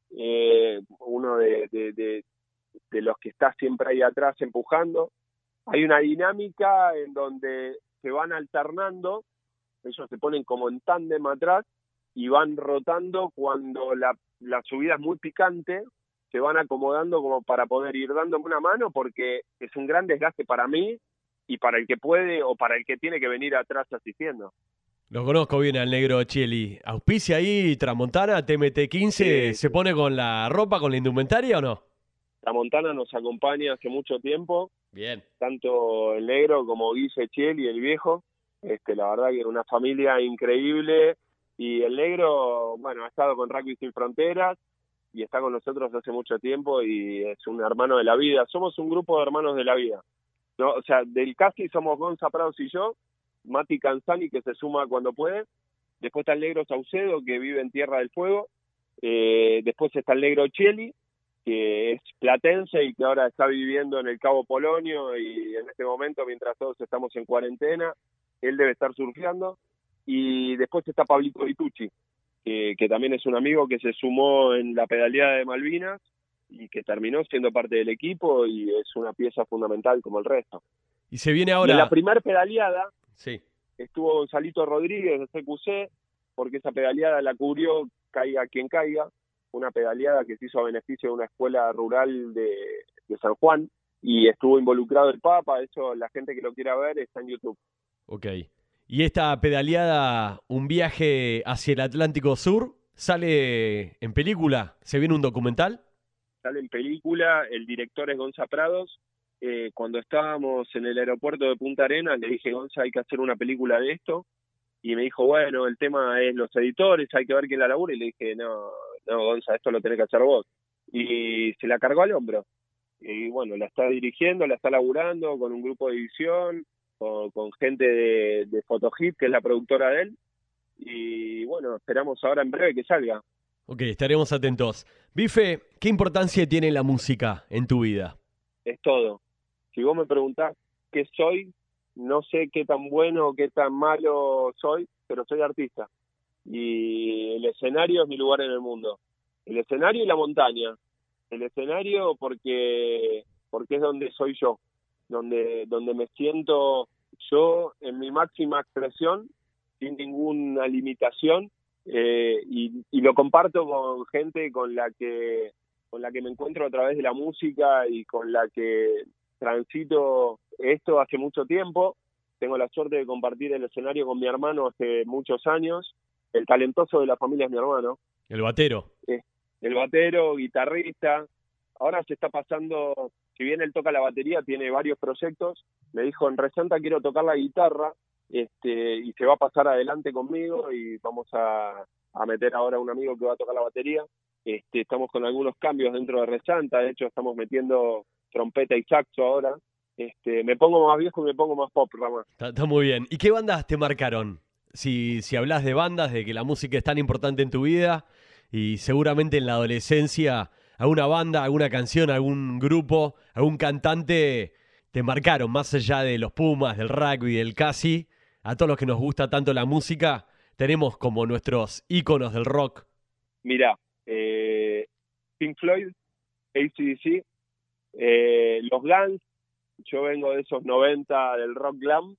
eh, uno de, de, de, de los que está siempre ahí atrás empujando. Hay una dinámica en donde se van alternando, ellos se ponen como en tándem atrás y van rotando cuando la, la subida es muy picante, se van acomodando como para poder ir dándome una mano, porque es un gran desgaste para mí y para el que puede o para el que tiene que venir atrás asistiendo. Lo conozco bien al negro Chieli. ¿Auspicia ahí Tramontana, T M T quince? Sí. ¿Se pone con la ropa, con la indumentaria o no? Tramontana nos acompaña hace mucho tiempo, Bien. tanto el negro como Guille Chieli, el viejo. Este, la verdad que era una familia increíble y el negro, bueno, ha estado con Rugby Sin Fronteras y está con nosotros hace mucho tiempo y es un hermano de la vida. Somos un grupo de hermanos de la vida, ¿no? O sea, del casi somos Gonza Prados y yo, Mati Canzani, que se suma cuando puede, después está el negro Saucedo, que vive en Tierra del Fuego, eh, después está el negro Chieli, que es platense y que ahora está viviendo en el Cabo Polonio y en este momento, mientras todos estamos en cuarentena, él debe estar surfeando. Y después está Pablito Vitucci, que, que también es un amigo que se sumó en la pedaleada de Malvinas y que terminó siendo parte del equipo y es una pieza fundamental como el resto. Y se viene Y ahora... en la primer pedaleada Sí. estuvo Gonzalito Rodríguez de C Q C, porque esa pedaleada la cubrió Caiga Quien Caiga, una pedaleada que se hizo a beneficio de una escuela rural de, de San Juan, y estuvo involucrado el Papa. Eso, la gente que lo quiera ver está en YouTube. Ok. ¿Y esta pedaleada, un viaje hacia el Atlántico Sur, sale en película? ¿Se viene un documental? Sale en película, el director es Gonza Prados. Eh, cuando estábamos en el aeropuerto de Punta Arenas, le dije, Gonza, hay que hacer una película de esto. Y me dijo, bueno, el tema es los editores, hay que ver quién la labura. Y le dije, no, no, Gonza, esto lo tenés que hacer vos. Y se la cargó al hombro. Y bueno, la está dirigiendo, la está laburando con un grupo de edición, con, con gente de, de Fotohit, que es la productora de él. Y bueno, esperamos ahora en breve que salga. Ok, estaremos atentos. Bife, ¿qué importancia tiene la música en tu vida? Es todo. Si vos me preguntás qué soy, no sé qué tan bueno o qué tan malo soy, pero soy artista. Y el escenario es mi lugar en el mundo. El escenario y la montaña. El escenario porque porque es donde soy yo, donde donde me siento yo en mi máxima expresión, sin ninguna limitación, eh, y, y lo comparto con gente con la que con la que me encuentro a través de la música y con la que transito esto hace mucho tiempo. Tengo la suerte de compartir el escenario con mi hermano hace muchos años. El talentoso de la familia es mi hermano. El batero. Eh, el batero, guitarrista. Ahora se está pasando, si bien él toca la batería, tiene varios proyectos. Me dijo, en Resanta quiero tocar la guitarra, este, y se va a pasar adelante conmigo y vamos a, a meter ahora a un amigo que va a tocar la batería. Este, estamos con algunos cambios dentro de Resanta, de hecho estamos metiendo trompeta y saxo ahora. Este, me pongo más viejo y me pongo más pop, Rama. Está, está muy bien. ¿Y qué bandas te marcaron? Si, si hablas de bandas, de que la música es tan importante en tu vida y seguramente en la adolescencia alguna banda, alguna canción, algún grupo, algún cantante te marcaron, más allá de los Pumas, del rugby, del casi, a todos los que nos gusta tanto la música, tenemos como nuestros íconos del rock. Mirá, eh, Pink Floyd, A C D C, eh, los Guns. Yo vengo de esos noventa del rock glam.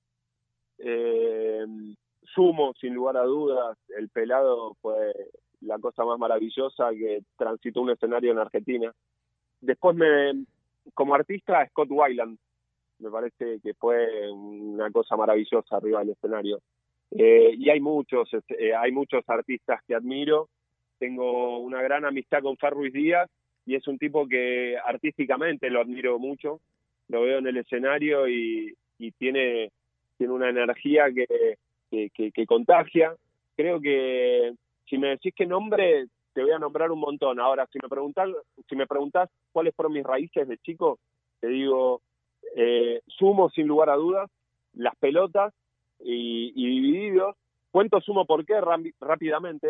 Eh, Sumo, sin lugar a dudas. El Pelado fue la cosa más maravillosa que transitó un escenario en Argentina. Después, me, como artista, Scott Weiland. Me parece que fue una cosa maravillosa arriba del escenario. Eh, y hay muchos, eh, hay muchos artistas que admiro. Tengo una gran amistad con Fer Ruiz Díaz y es un tipo que artísticamente lo admiro mucho. Lo veo en el escenario y, y tiene, tiene una energía que, que, que, que contagia. Creo que si me decís qué nombre, te voy a nombrar un montón. Ahora, si me preguntás, si me preguntás cuáles fueron mis raíces de chico, te digo, eh, Sumo sin lugar a dudas, Las Pelotas y, y Divididos. Cuento Sumo por qué rápidamente.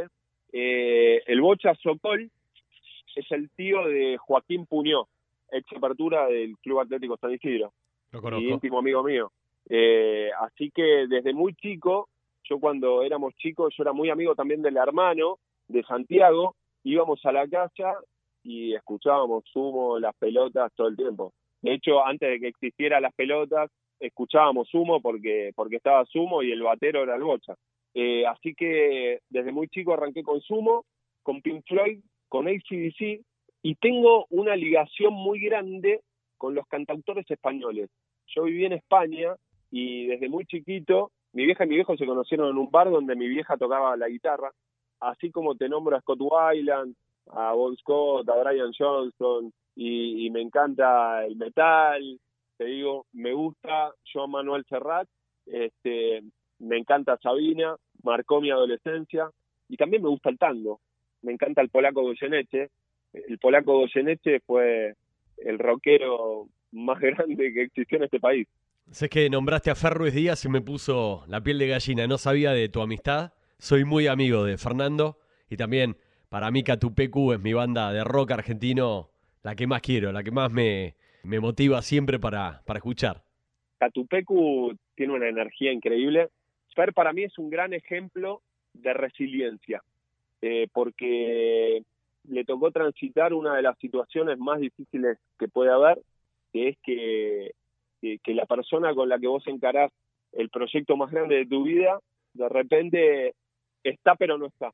Eh, el Bocha Sokol es el tío de Joaquín Puñó, ex apertura del Club Atlético San Isidro. Lo conozco. Y íntimo amigo mío. Eh, así que desde muy chico, yo cuando éramos chicos, yo era muy amigo también del hermano de Santiago, íbamos a la casa y escuchábamos Sumo, las pelotas todo el tiempo. De hecho, antes de que existieran las pelotas, escuchábamos Sumo porque, porque estaba Sumo y el batero era el Bocha. Eh, así que desde muy chico arranqué con Sumo, con Pink Floyd, con A C D C, y tengo una ligación muy grande con los cantautores españoles. Yo viví en España y desde muy chiquito, mi vieja y mi viejo se conocieron en un bar donde mi vieja tocaba la guitarra, así como te nombro a Scott Weiland, a Bon Scott, a Brian Johnson, y, y me encanta el metal, te digo, me gusta Joan Manuel Serrat, este, me encanta Sabina, marcó mi adolescencia, y también me gusta el tango, me encanta el polaco Goyeneche. El polaco Goyeneche fue el rockero más grande que existió en este país. Sé que nombraste a Fer Ruiz Díaz y me puso la piel de gallina. No sabía de tu amistad. Soy muy amigo de Fernando y también para mí Catupecu es mi banda de rock argentino, la que más quiero, la que más me, me motiva siempre para, para escuchar. Catupecu tiene una energía increíble. Fer para mí es un gran ejemplo de resiliencia, eh, porque le tocó transitar una de las situaciones más difíciles que puede haber, que es que, que, que la persona con la que vos encarás el proyecto más grande de tu vida, de repente está pero no está.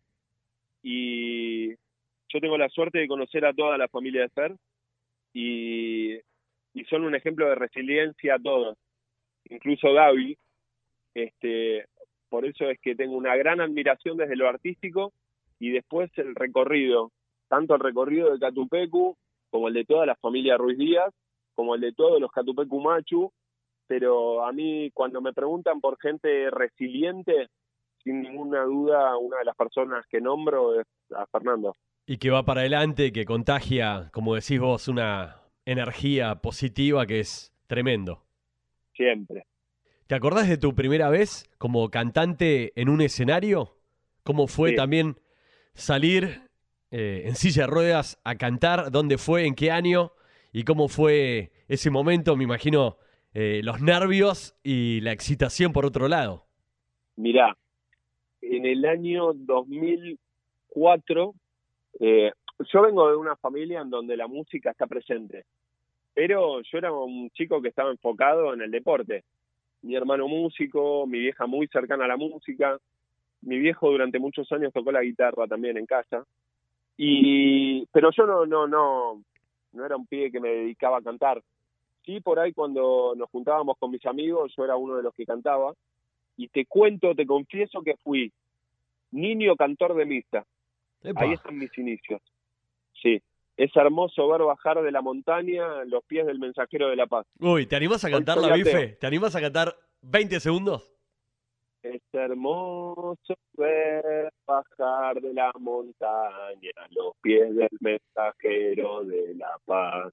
Y yo tengo la suerte de conocer a toda la familia de Fer y, y son un ejemplo de resiliencia todos, incluso Gaby. Este, por eso es que tengo una gran admiración desde lo artístico y después el recorrido, tanto el recorrido de Catupecu como el de toda la familia Ruiz Díaz, como el de todos los Catupecu Machu, pero a mí cuando me preguntan por gente resiliente, sin ninguna duda una de las personas que nombro es a Fernando. Y que va para adelante, que contagia, como decís vos, una energía positiva que es tremendo. Siempre. ¿Te acordás de tu primera vez como cantante en un escenario? ¿Cómo fue Sí. también salir eh, en silla de ruedas a cantar? ¿Dónde fue? ¿En qué año? ¿Y cómo fue ese momento? Me imagino eh, los nervios y la excitación por otro lado. Mirá, en el año dos mil cuatro, eh, yo vengo de una familia en donde la música está presente, pero yo era un chico que estaba enfocado en el deporte. Mi hermano músico, mi vieja muy cercana a la música, mi viejo durante muchos años tocó la guitarra también en casa, y pero yo no no no no era un pibe que me dedicaba a cantar. Sí, por ahí cuando nos juntábamos con mis amigos, yo era uno de los que cantaba, y te cuento, te confieso que fui niño cantor de misa. Epa. Ahí están mis inicios. Sí, es hermoso ver bajar de la montaña los pies del mensajero de la paz. Uy, ¿te animás a Hoy cantar soy la ateo. bife? ¿Te animás a cantar veinte segundos? Es hermoso ver bajar de la montaña los pies del mensajero de la paz.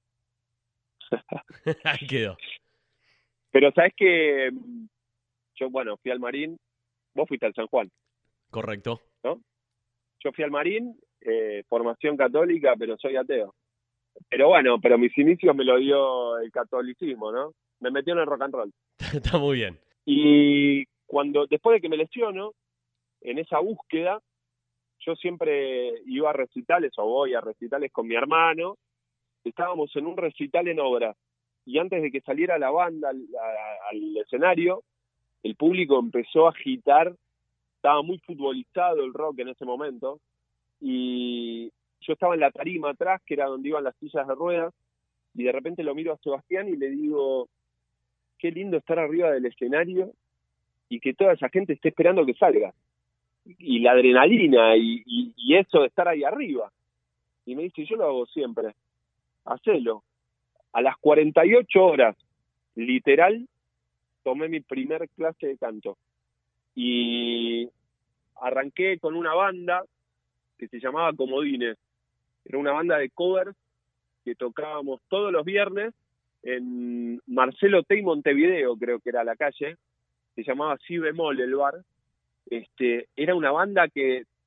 Ahí quedó. Pero sabes que yo, bueno, fui al Marín, vos fuiste al San Juan, Correcto. ¿no? Yo fui al Marín, eh, formación católica, pero soy ateo. Pero bueno, pero mis inicios me lo dio el catolicismo, ¿no? Me metió en el rock and roll. Está muy bien. Y cuando, después de que me lesiono, en esa búsqueda, yo siempre iba a recitales, o voy a recitales con mi hermano. Estábamos en un recital en obras, y antes de que saliera la banda al, a- al escenario, el público empezó a agitar, estaba muy futbolizado el rock en ese momento, y yo estaba en la tarima atrás, que era donde iban las sillas de ruedas, y de repente lo miro a Sebastián y le digo, qué lindo estar arriba del escenario y que toda esa gente esté esperando que salga. Y la adrenalina y, y, y eso de estar ahí arriba. Y me dice, yo lo hago siempre, hacelo. A las cuarenta y ocho horas, literal, tomé mi primer clase de canto. Y arranqué con una banda que se llamaba Comodines. Era una banda de covers que tocábamos todos los viernes en Marcelo Tey Montevideo, creo que era la calle. Se llamaba Si Bemol el bar. Este, era una banda que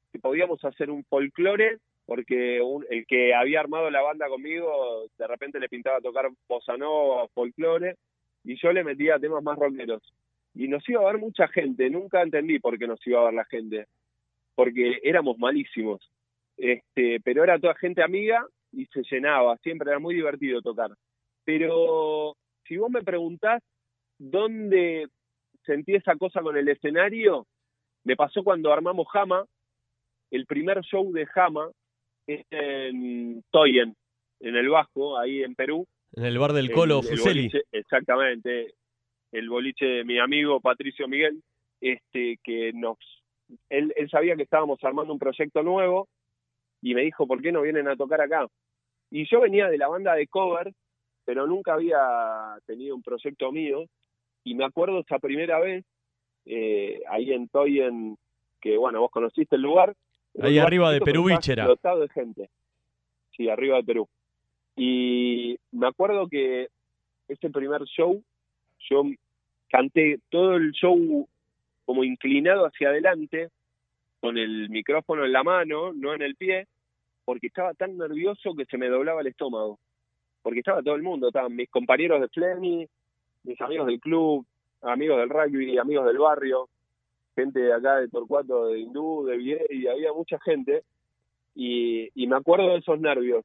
si podíamos hacer un folclore, porque un, el que había armado la banda conmigo, de repente le pintaba tocar bossa nova o folclore, y yo le metía temas más rockeros. Y nos iba a ver mucha gente, nunca entendí por qué nos iba a ver la gente, porque éramos malísimos. Este, pero era toda gente amiga y se llenaba, siempre era muy divertido tocar. Pero si vos me preguntás dónde sentí esa cosa con el escenario, me pasó cuando armamos Jama. El primer show de Jama es en Toyen, en el Bajo, ahí en Perú. En el bar del Colo el, el Fuseli. Boliche, exactamente, el boliche de mi amigo Patricio Miguel, este, que nos, él, él sabía que estábamos armando un proyecto nuevo y me dijo, ¿por qué no vienen a tocar acá? Y yo venía de la banda de cover, pero nunca había tenido un proyecto mío, y me acuerdo esa primera vez, eh, ahí en Toyen, que bueno, vos conociste el lugar. Ahí lugar arriba de chiquito, Perú pero Beach era. explotado de gente. Sí, arriba de Perú. Y me acuerdo que ese primer show, yo canté todo el show como inclinado hacia adelante, con el micrófono en la mano, no en el pie, porque estaba tan nervioso que se me doblaba el estómago. Porque estaba todo el mundo, estaban mis compañeros de Flemmy, mis amigos del club, amigos del rugby, amigos del barrio, gente de acá de Torcuato, de Hindú, de Vieri, había mucha gente, y, y me acuerdo de esos nervios.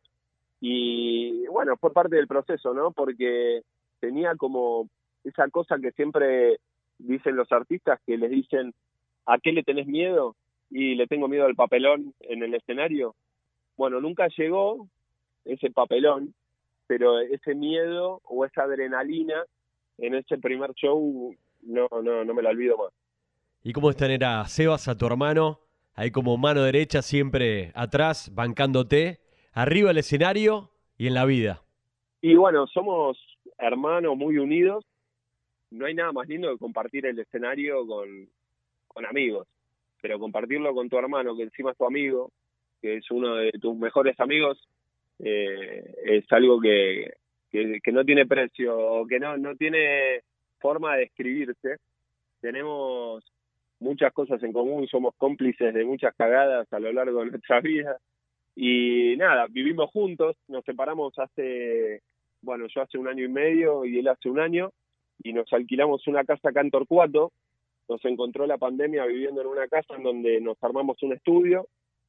Y bueno, fue parte del proceso, ¿no? Porque tenía como esa cosa que siempre dicen los artistas, que les dicen, ¿a qué le tenés miedo? Y le tengo miedo al papelón en el escenario. Bueno, nunca llegó ese papelón, pero ese miedo o esa adrenalina en ese primer show no, no, no me la olvido más. ¿Y cómo es tener a Sebas, a tu hermano, ahí como mano derecha, siempre atrás, bancándote, arriba del escenario y en la vida? Y bueno, somos hermanos muy unidos. No hay nada más lindo que compartir el escenario con, con amigos, pero compartirlo con tu hermano, que encima es tu amigo, que es uno de tus mejores amigos, eh, es algo que, que, que no tiene precio, o que no, no tiene forma de describirse. Tenemos muchas cosas en común, somos cómplices de muchas cagadas a lo largo de nuestra vida. Y nada, vivimos juntos, nos separamos hace, bueno, yo hace un año y medio y él hace un año, y nos alquilamos una casa acá en Torcuato. Nos encontró la pandemia viviendo en una casa en donde nos armamos un estudio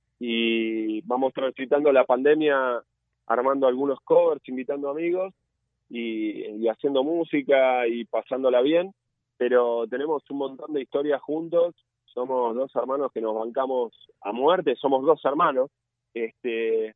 y vamos transitando la pandemia armando algunos covers, invitando amigos y, y haciendo música y pasándola bien, pero tenemos un montón de historias juntos. Somos dos hermanos que nos bancamos a muerte, somos dos hermanos, este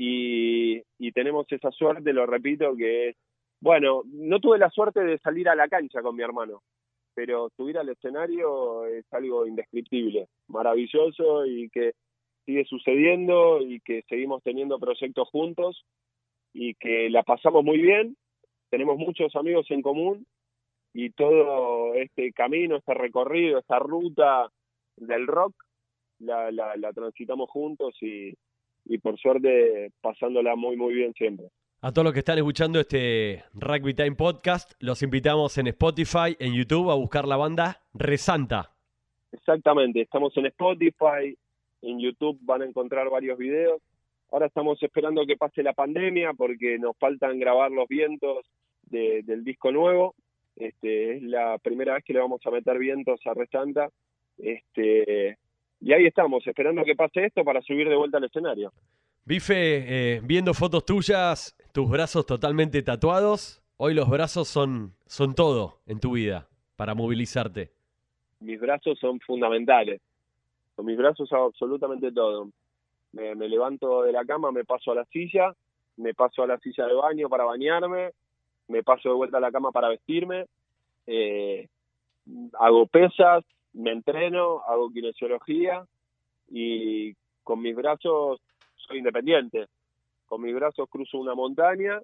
y, y tenemos esa suerte, lo repito, que es, bueno, no tuve la suerte de salir a la cancha con mi hermano, pero subir al escenario es algo indescriptible, maravilloso, y que sigue sucediendo y que seguimos teniendo proyectos juntos y que la pasamos muy bien, tenemos muchos amigos en común y todo este camino, este recorrido, esta ruta del rock la, la, la transitamos juntos y, y por suerte pasándola muy muy bien siempre. A todos los que están escuchando este Rugby Time Podcast, los invitamos en Spotify, en YouTube, a buscar la banda Resanta. Exactamente, estamos en Spotify, en YouTube van a encontrar varios videos. Ahora estamos esperando que pase la pandemia porque nos faltan grabar los vientos de, del disco nuevo. Este, es la primera vez que le vamos a meter vientos a Resanta. Este, y ahí estamos, esperando que pase esto para subir de vuelta al escenario. Bife, eh, viendo fotos tuyas, tus brazos totalmente tatuados. Hoy los brazos son, son todo en tu vida para movilizarte. Mis brazos son fundamentales. Con mis brazos hago absolutamente todo. Me, me levanto de la cama, me paso a la silla, me paso a la silla de baño para bañarme, me paso de vuelta a la cama para vestirme, eh, hago pesas, me entreno, hago kinesiología y con mis brazos soy independiente. Con mis brazos cruzo una montaña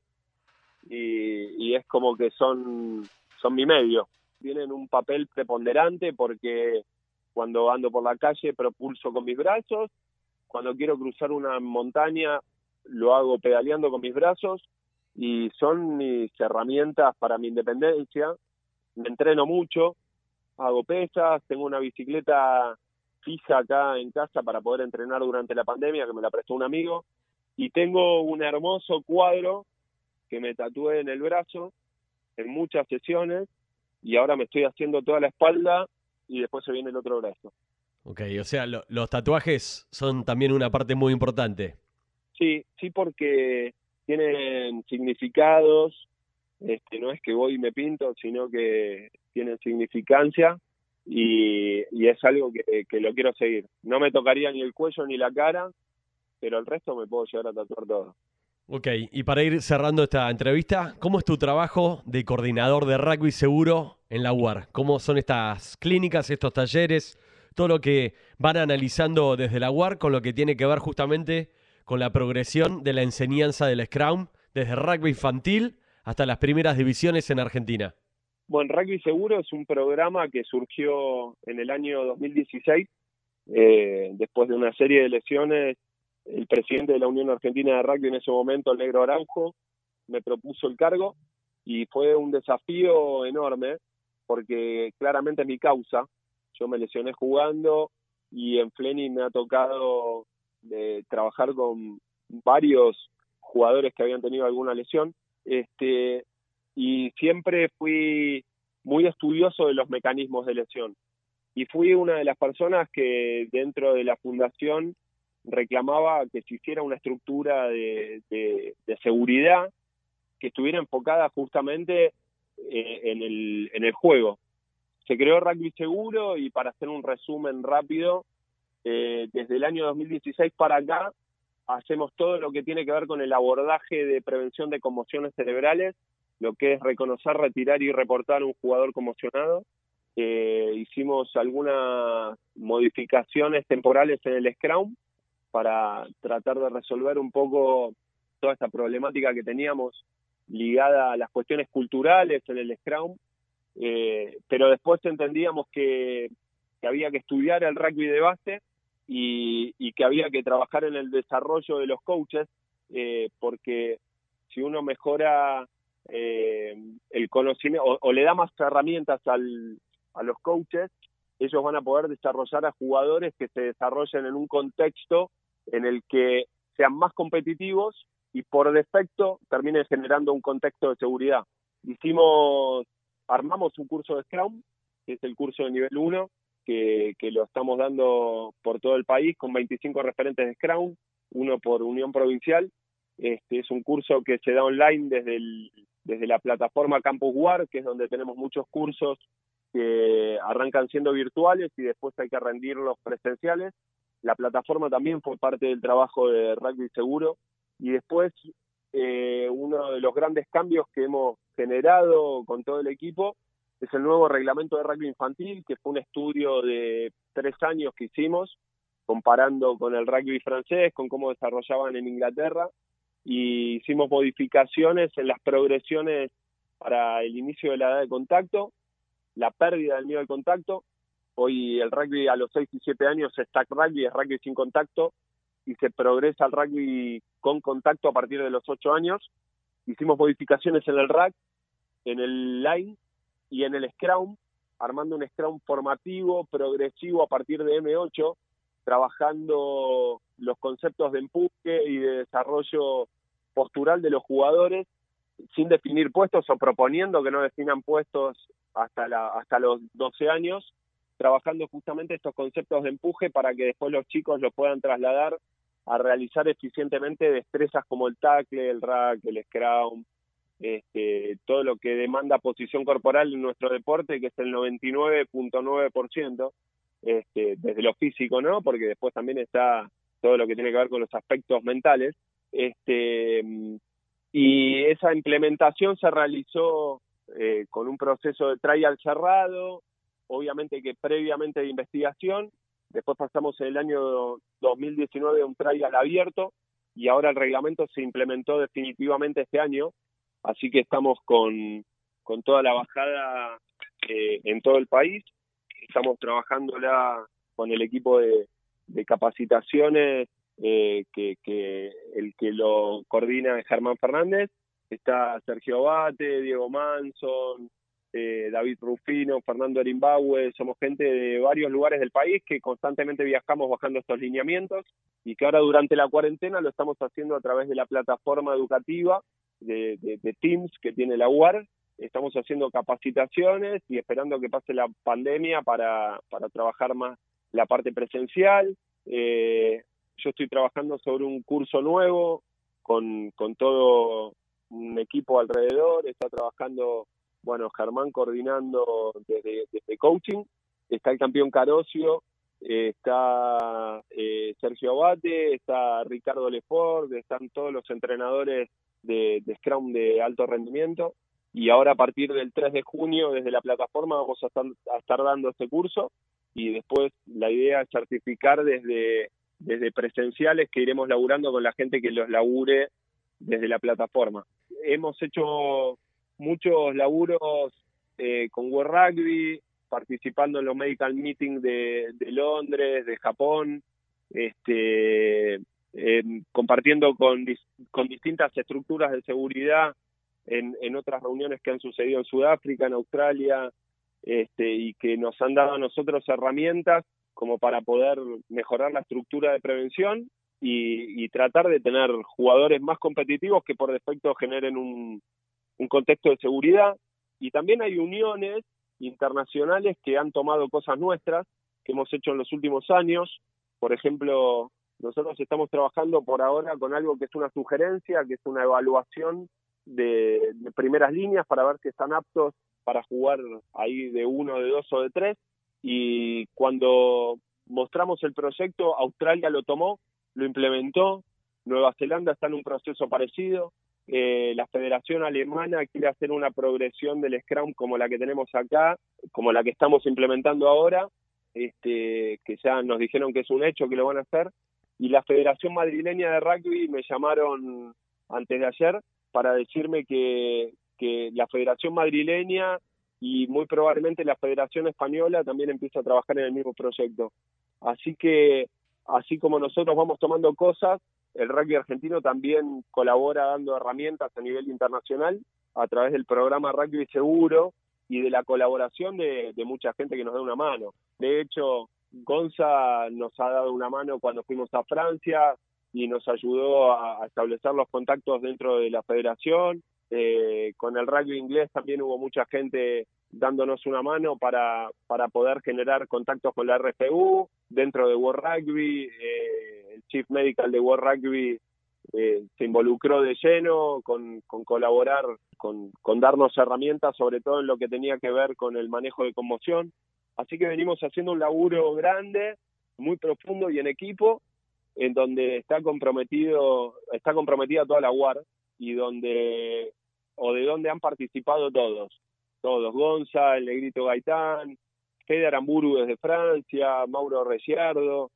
y, y es como que son, son mi medio. Tienen un papel preponderante porque cuando ando por la calle propulso con mis brazos, cuando quiero cruzar una montaña lo hago pedaleando con mis brazos y son mis herramientas para mi independencia. Me entreno mucho, hago pesas, tengo una bicicleta fija acá en casa para poder entrenar durante la pandemia, que me la prestó un amigo, y tengo un hermoso cuadro que me tatué en el brazo en muchas sesiones, y ahora me estoy haciendo toda la espalda y después se viene el otro brazo. Ok, o sea, lo- los tatuajes son también una parte muy importante. Sí, sí, porque tienen significados, este, no es que voy y me pinto, sino que tienen significancia y, y es algo que, que lo quiero seguir. No me tocaría ni el cuello ni la cara, pero el resto me puedo llegar a tatuar todo. Ok, y para ir cerrando esta entrevista, ¿cómo es tu trabajo de coordinador de rugby seguro en la U A R? ¿Cómo son estas clínicas, estos talleres, todo lo que van analizando desde la U A R con lo que tiene que ver justamente con la progresión de la enseñanza del Scrum desde rugby infantil hasta las primeras divisiones en Argentina? Bueno, Rugby Seguro es un programa que surgió en el año dos mil dieciséis, eh, después de una serie de lesiones. El presidente de la Unión Argentina de Rugby en ese momento, el Negro Araujo, me propuso el cargo y fue un desafío enorme porque claramente es mi causa. Yo me lesioné jugando y en Fleming me ha tocado de trabajar con varios jugadores que habían tenido alguna lesión, este, y siempre fui muy estudioso de los mecanismos de lesión. Y fui una de las personas que dentro de la fundación reclamaba que se hiciera una estructura de, de, de seguridad que estuviera enfocada justamente eh, en, el, en el juego. Se creó Rugby Seguro y, para hacer un resumen rápido, eh, desde el año dos mil dieciséis para acá hacemos todo lo que tiene que ver con el abordaje de prevención de conmociones cerebrales, lo que es reconocer, retirar y reportar a un jugador conmocionado. Eh, hicimos algunas modificaciones temporales en el Scrum para tratar de resolver un poco toda esta problemática que teníamos ligada a las cuestiones culturales en el Scrum, eh, pero después entendíamos que, que había que estudiar el rugby de base y, y que había que trabajar en el desarrollo de los coaches, eh, porque si uno mejora eh, el conocimiento o, o le da más herramientas al, a los coaches, ellos van a poder desarrollar a jugadores que se desarrollen en un contexto en el que sean más competitivos y por defecto terminen generando un contexto de seguridad. Hicimos, armamos un curso de Scrum, que es el curso de nivel uno, que, que lo estamos dando por todo el país con veinticinco referentes de Scrum, uno por Unión Provincial. Este es un curso que se da online desde, el, desde la plataforma Campus U A R, que es donde tenemos muchos cursos que arrancan siendo virtuales y después hay que rendirlos presenciales. La plataforma también fue parte del trabajo de Rugby Seguro. Y después, eh, uno de los grandes cambios que hemos generado con todo el equipo es el nuevo reglamento de rugby infantil, que fue un estudio de tres años que hicimos, comparando con el rugby francés, con cómo desarrollaban en Inglaterra, y hicimos modificaciones en las progresiones para el inicio de la edad de contacto, la pérdida del miedo al contacto. Hoy el rugby a los seis y siete años es tag rugby, es rugby sin contacto, y se progresa al rugby con contacto a partir de los ocho años. Hicimos modificaciones en el rack, en el line y en el scrum, armando un scrum formativo, progresivo a partir de eme ocho, trabajando los conceptos de empuje y de desarrollo postural de los jugadores, sin definir puestos o proponiendo que no definan puestos hasta, la, hasta los doce años, trabajando justamente estos conceptos de empuje para que después los chicos los puedan trasladar a realizar eficientemente destrezas como el tackle, el rack, el scrum, este, todo lo que demanda posición corporal en nuestro deporte, que es el noventa y nueve punto nueve por ciento, este, desde lo físico, ¿no? Porque después también está todo lo que tiene que ver con los aspectos mentales. Este, y esa implementación se realizó eh, con un proceso de trial cerrado, obviamente que previamente de investigación. Después pasamos en el año dos mil diecinueve a un trial abierto y ahora el reglamento se implementó definitivamente este año, así que estamos con, con toda la bajada eh, en todo el país. Estamos trabajándola con el equipo de, de capacitaciones, eh, que, que el que lo coordina es Germán Fernández, está Sergio Bate, Diego Manson, eh, David Rufino, Fernando Erimbaue, somos gente de varios lugares del país que constantemente viajamos bajando estos lineamientos y que ahora durante la cuarentena lo estamos haciendo a través de la plataforma educativa de, de, de Teams que tiene la U A R. Estamos haciendo capacitaciones y esperando que pase la pandemia para, para trabajar más la parte presencial. Eh, yo estoy trabajando sobre un curso nuevo con, con todo un equipo alrededor. Está trabajando, bueno, Germán coordinando desde, desde coaching. Está el campeón Carosio, eh, está eh, Sergio Abate, está Ricardo Lefort, están todos los entrenadores de, de Scrum de alto rendimiento. Y ahora a partir del tres de junio, desde la plataforma, vamos a estar, a estar dando este curso. Y después la idea es certificar desde, desde presenciales que iremos laburando con la gente que los labure desde la plataforma. Hemos hecho muchos laburos eh, con World Rugby, participando en los medical meetings de, de Londres, de Japón, este, eh, compartiendo con, con distintas estructuras de seguridad en, en otras reuniones que han sucedido en Sudáfrica, en Australia, este, y que nos han dado a nosotros herramientas como para poder mejorar la estructura de prevención y, y tratar de tener jugadores más competitivos que por defecto generen un, un contexto de seguridad. Y también hay uniones internacionales que han tomado cosas nuestras que hemos hecho en los últimos años. Por ejemplo, nosotros estamos trabajando por ahora con algo que es una sugerencia, que es una evaluación de, de primeras líneas para ver si están aptos para jugar ahí de uno, de dos o de tres. Y cuando mostramos el proyecto, Australia lo tomó, lo implementó, Nueva Zelanda está en un proceso parecido, eh, la Federación Alemana quiere hacer una progresión del Scrum como la que tenemos acá, como la que estamos implementando ahora, este, que ya nos dijeron que es un hecho que lo van a hacer, y la Federación Madrileña de Rugby me llamaron antes de ayer para decirme que, que la Federación Madrileña y muy probablemente la Federación Española también empieza a trabajar en el mismo proyecto. Así que, así como nosotros vamos tomando cosas, el rugby argentino también colabora dando herramientas a nivel internacional a través del programa Rugby Seguro y de la colaboración de, de mucha gente que nos da una mano. De hecho, Gonza nos ha dado una mano cuando fuimos a Francia y nos ayudó a, a establecer los contactos dentro de la federación. Eh, con el rugby inglés también hubo mucha gente dándonos una mano para, para poder generar contactos con la R F U dentro de World Rugby. Eh, el Chief Medical de World Rugby eh, se involucró de lleno con, con colaborar, con, con darnos herramientas, sobre todo en lo que tenía que ver con el manejo de conmoción. Así que venimos haciendo un laburo grande, muy profundo y en equipo, en donde está comprometido, está comprometida toda la U A R y donde o de donde han participado todos, todos, Gonza, el Negrito Gaitán, Fede Aramburu desde Francia, Mauro Reciardo,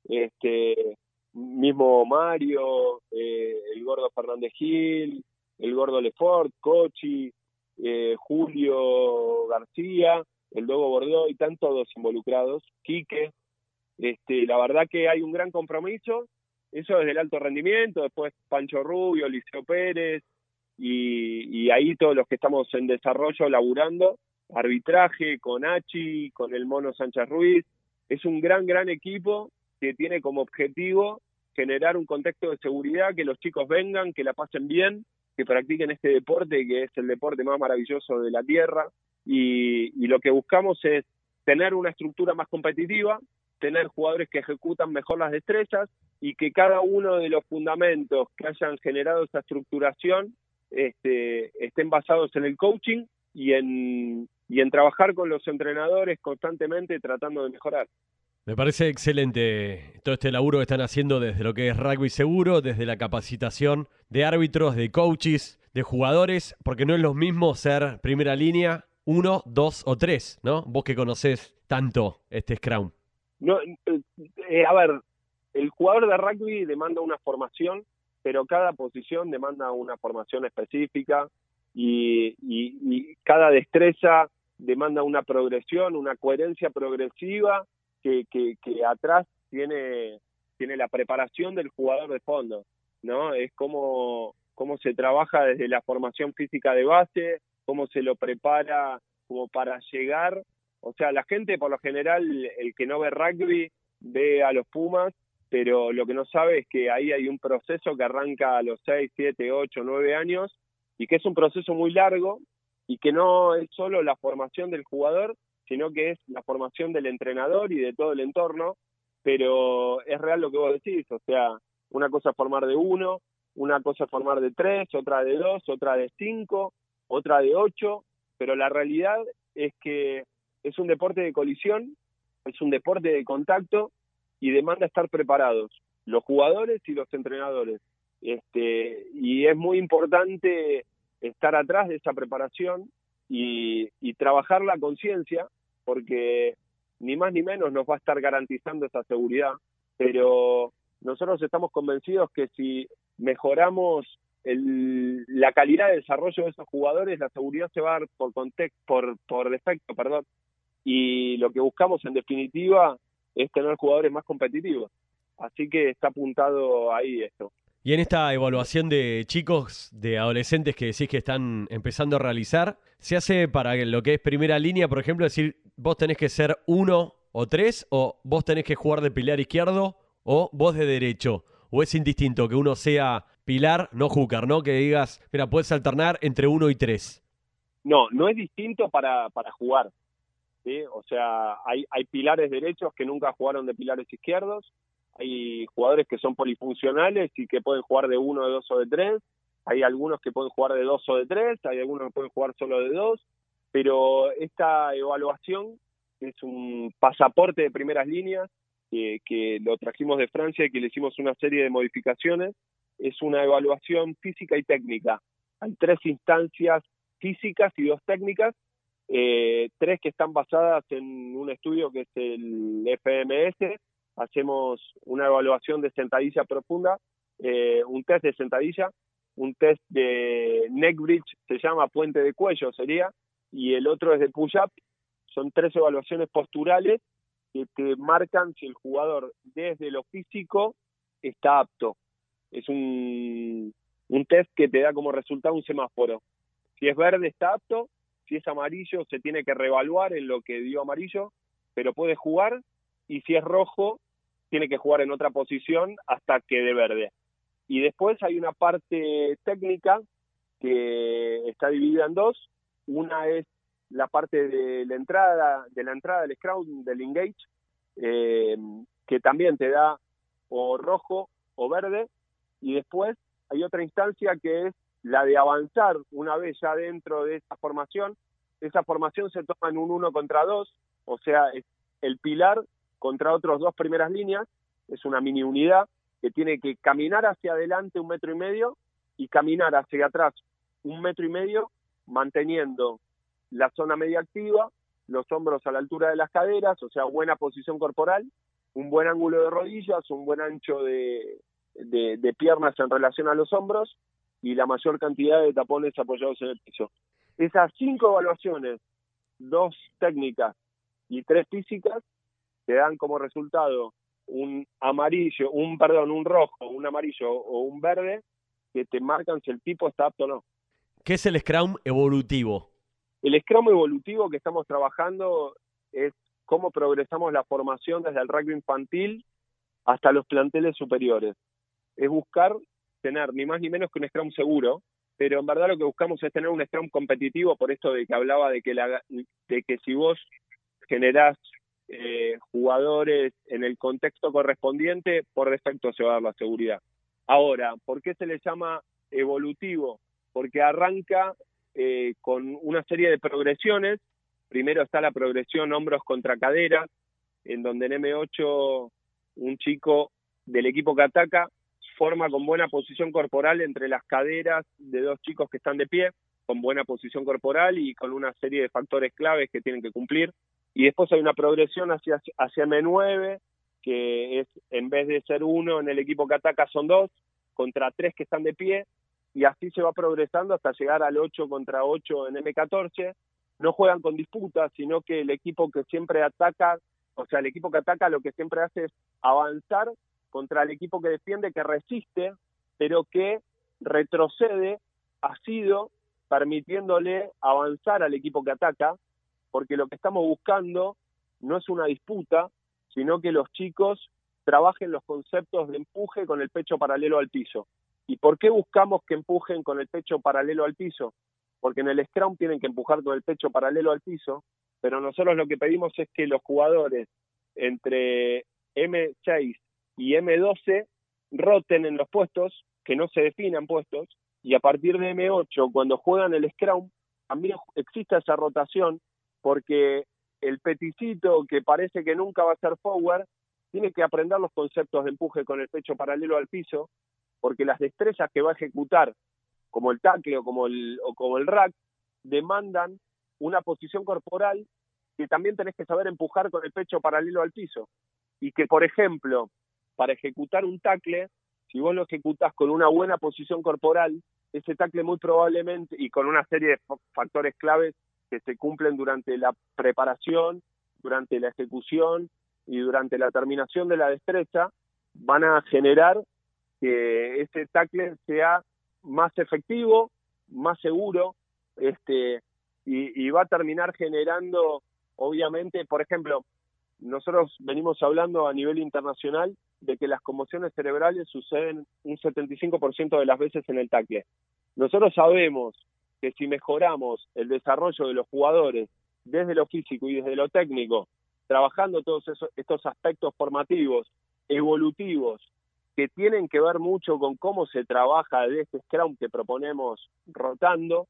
este, mismo Mario, eh, el Gordo Fernández Gil, el Gordo Lefort, Cochi, eh, Julio García, el Dogo Bordeaux, y están todos involucrados, Quique. Este, la verdad que hay un gran compromiso, eso desde el alto rendimiento, después Pancho Rubio, Liceo Pérez, y, y ahí todos los que estamos en desarrollo laburando, arbitraje con Achi, con el Mono Sánchez Ruiz. Es un gran, gran equipo que tiene como objetivo generar un contexto de seguridad, que los chicos vengan, que la pasen bien, que practiquen este deporte, que es el deporte más maravilloso de la tierra, y, y lo que buscamos es tener una estructura más competitiva, tener jugadores que ejecutan mejor las destrezas y que cada uno de los fundamentos que hayan generado esa estructuración este, estén basados en el coaching y en, y en trabajar con los entrenadores constantemente tratando de mejorar. Me parece excelente todo este laburo que están haciendo desde lo que es Rugby Seguro, desde la capacitación de árbitros, de coaches, de jugadores, porque no es lo mismo ser primera línea, uno, dos o tres, ¿no? Vos que conocés tanto este Scrum. No, eh, a ver, el jugador de rugby demanda una formación, pero cada posición demanda una formación específica y, y, y cada destreza demanda una progresión, una coherencia progresiva que, que, que atrás tiene, tiene la preparación del jugador de fondo, ¿no? Es como, cómo se trabaja desde la formación física de base, cómo se lo prepara como para llegar, o sea, la gente por lo general, el que no ve rugby, ve a los Pumas, pero lo que no sabe es que ahí hay un proceso que arranca a los seis, siete, ocho, nueve años, y que es un proceso muy largo, y que no es solo la formación del jugador, sino que es la formación del entrenador y de todo el entorno, pero es real lo que vos decís, o sea, una cosa es formar de uno, una cosa es formar de tres, otra de dos, otra de cinco, otra de ocho, pero la realidad es que es un deporte de colisión, es un deporte de contacto y demanda estar preparados, los jugadores y los entrenadores. Este, y es muy importante estar atrás de esa preparación y, y trabajar la conciencia, porque ni más ni menos nos va a estar garantizando esa seguridad, pero nosotros estamos convencidos que si mejoramos el, la calidad de desarrollo de esos jugadores, la seguridad se va a dar por, contexto, por, por defecto, perdón, y lo que buscamos en definitiva es tener jugadores más competitivos. Así que está apuntado ahí esto. Y en esta evaluación de chicos, de adolescentes que decís que están empezando a realizar, ¿se hace para lo que es primera línea, por ejemplo, decir vos tenés que ser uno o tres, o vos tenés que jugar de pilar izquierdo, o vos de derecho? ¿O es indistinto que uno sea pilar, no hooker, ¿no? Que digas, mira, puedes alternar entre uno y tres. No, no es distinto para, para jugar, ¿sí? O sea, hay, hay pilares derechos que nunca jugaron de pilares izquierdos, hay jugadores que son polifuncionales y que pueden jugar de uno, de dos o de tres, hay algunos que pueden jugar de dos o de tres, hay algunos que pueden jugar solo de dos, pero esta evaluación es un pasaporte de primeras líneas que, que lo trajimos de Francia y que le hicimos una serie de modificaciones. Es una evaluación física y técnica. Hay tres instancias físicas y dos técnicas, eh, tres que están basadas en un estudio que es el F M S. Hacemos una evaluación de sentadilla profunda, eh, un test de sentadilla, un test de neck bridge, se llama puente de cuello sería, y el otro es de push-up. Son tres evaluaciones posturales que te marcan si el jugador desde lo físico está apto. Es un, un test que te da como resultado un semáforo. Si es verde está apto, si es amarillo se tiene que reevaluar en lo que dio amarillo, pero puede jugar, y si es rojo tiene que jugar en otra posición hasta que dé verde. Y después hay una parte técnica que está dividida en dos. Una es la parte de la entrada, de la entrada del scrum, del engage, eh, que también te da o rojo o verde, y después hay otra instancia que es la de avanzar una vez ya dentro de esa formación. Esa formación se toma en un uno contra dos, o sea, es el pilar contra otros dos primeras líneas, es una mini unidad que tiene que caminar hacia adelante un metro y medio y caminar hacia atrás un metro y medio, manteniendo la zona media activa, los hombros a la altura de las caderas, o sea, buena posición corporal, un buen ángulo de rodillas, un buen ancho de, de, de piernas en relación a los hombros y la mayor cantidad de tapones apoyados en el piso. Esas cinco evaluaciones, dos técnicas y tres físicas, te dan como resultado un amarillo, un perdón, un rojo, un amarillo o un verde que te marcan si el tipo está apto o no. ¿Qué es el Scrum evolutivo? El Scrum evolutivo que estamos trabajando es cómo progresamos la formación desde el rugby infantil hasta los planteles superiores. Es buscar tener ni más ni menos que un Scrum seguro, pero en verdad lo que buscamos es tener un Scrum competitivo, por esto de que hablaba de que, la, de que si vos generás eh, jugadores en el contexto correspondiente, por defecto se va a dar la seguridad. Ahora, ¿por qué se le llama evolutivo? Porque arranca eh, con una serie de progresiones. Primero está la progresión hombros contra caderas, en donde en eme ocho un chico del equipo que ataca forma con buena posición corporal entre las caderas de dos chicos que están de pie, con buena posición corporal y con una serie de factores claves que tienen que cumplir. Y después hay una progresión hacia, hacia eme nueve, que es, en vez de ser uno en el equipo que ataca, son dos, contra tres que están de pie, y así se va progresando hasta llegar al ocho contra ocho en eme catorce. No juegan con disputas, sino que el equipo que siempre ataca, o sea, el equipo que ataca lo que siempre hace es avanzar contra el equipo que defiende, que resiste, pero que retrocede, ha sido permitiéndole avanzar al equipo que ataca, porque lo que estamos buscando no es una disputa, sino que los chicos trabajen los conceptos de empuje con el pecho paralelo al piso. ¿Y por qué buscamos que empujen con el pecho paralelo al piso? Porque en el scrum tienen que empujar con el pecho paralelo al piso, pero nosotros lo que pedimos es que los jugadores entre eme seis y eme doce roten en los puestos, que no se definan puestos, y a partir de eme ocho, cuando juegan el scrum, también existe esa rotación, porque el peticito que parece que nunca va a ser forward, tiene que aprender los conceptos de empuje con el pecho paralelo al piso, porque las destrezas que va a ejecutar, como el tackle o como el, o como el rack, demandan una posición corporal que también tenés que saber empujar con el pecho paralelo al piso. Y que, por ejemplo, para ejecutar un tackle, si vos lo ejecutás con una buena posición corporal, ese tackle muy probablemente, y con una serie de factores claves que se cumplen durante la preparación, durante la ejecución y durante la terminación de la destreza, van a generar que ese tackle sea más efectivo, más seguro, este, y, y va a terminar generando, obviamente, por ejemplo, nosotros venimos hablando a nivel internacional de que las conmociones cerebrales suceden un setenta y cinco por ciento de las veces en el tackle. Nosotros sabemos que si mejoramos el desarrollo de los jugadores desde lo físico y desde lo técnico, trabajando todos esos, estos aspectos formativos, evolutivos, que tienen que ver mucho con cómo se trabaja de este scrum que proponemos rotando,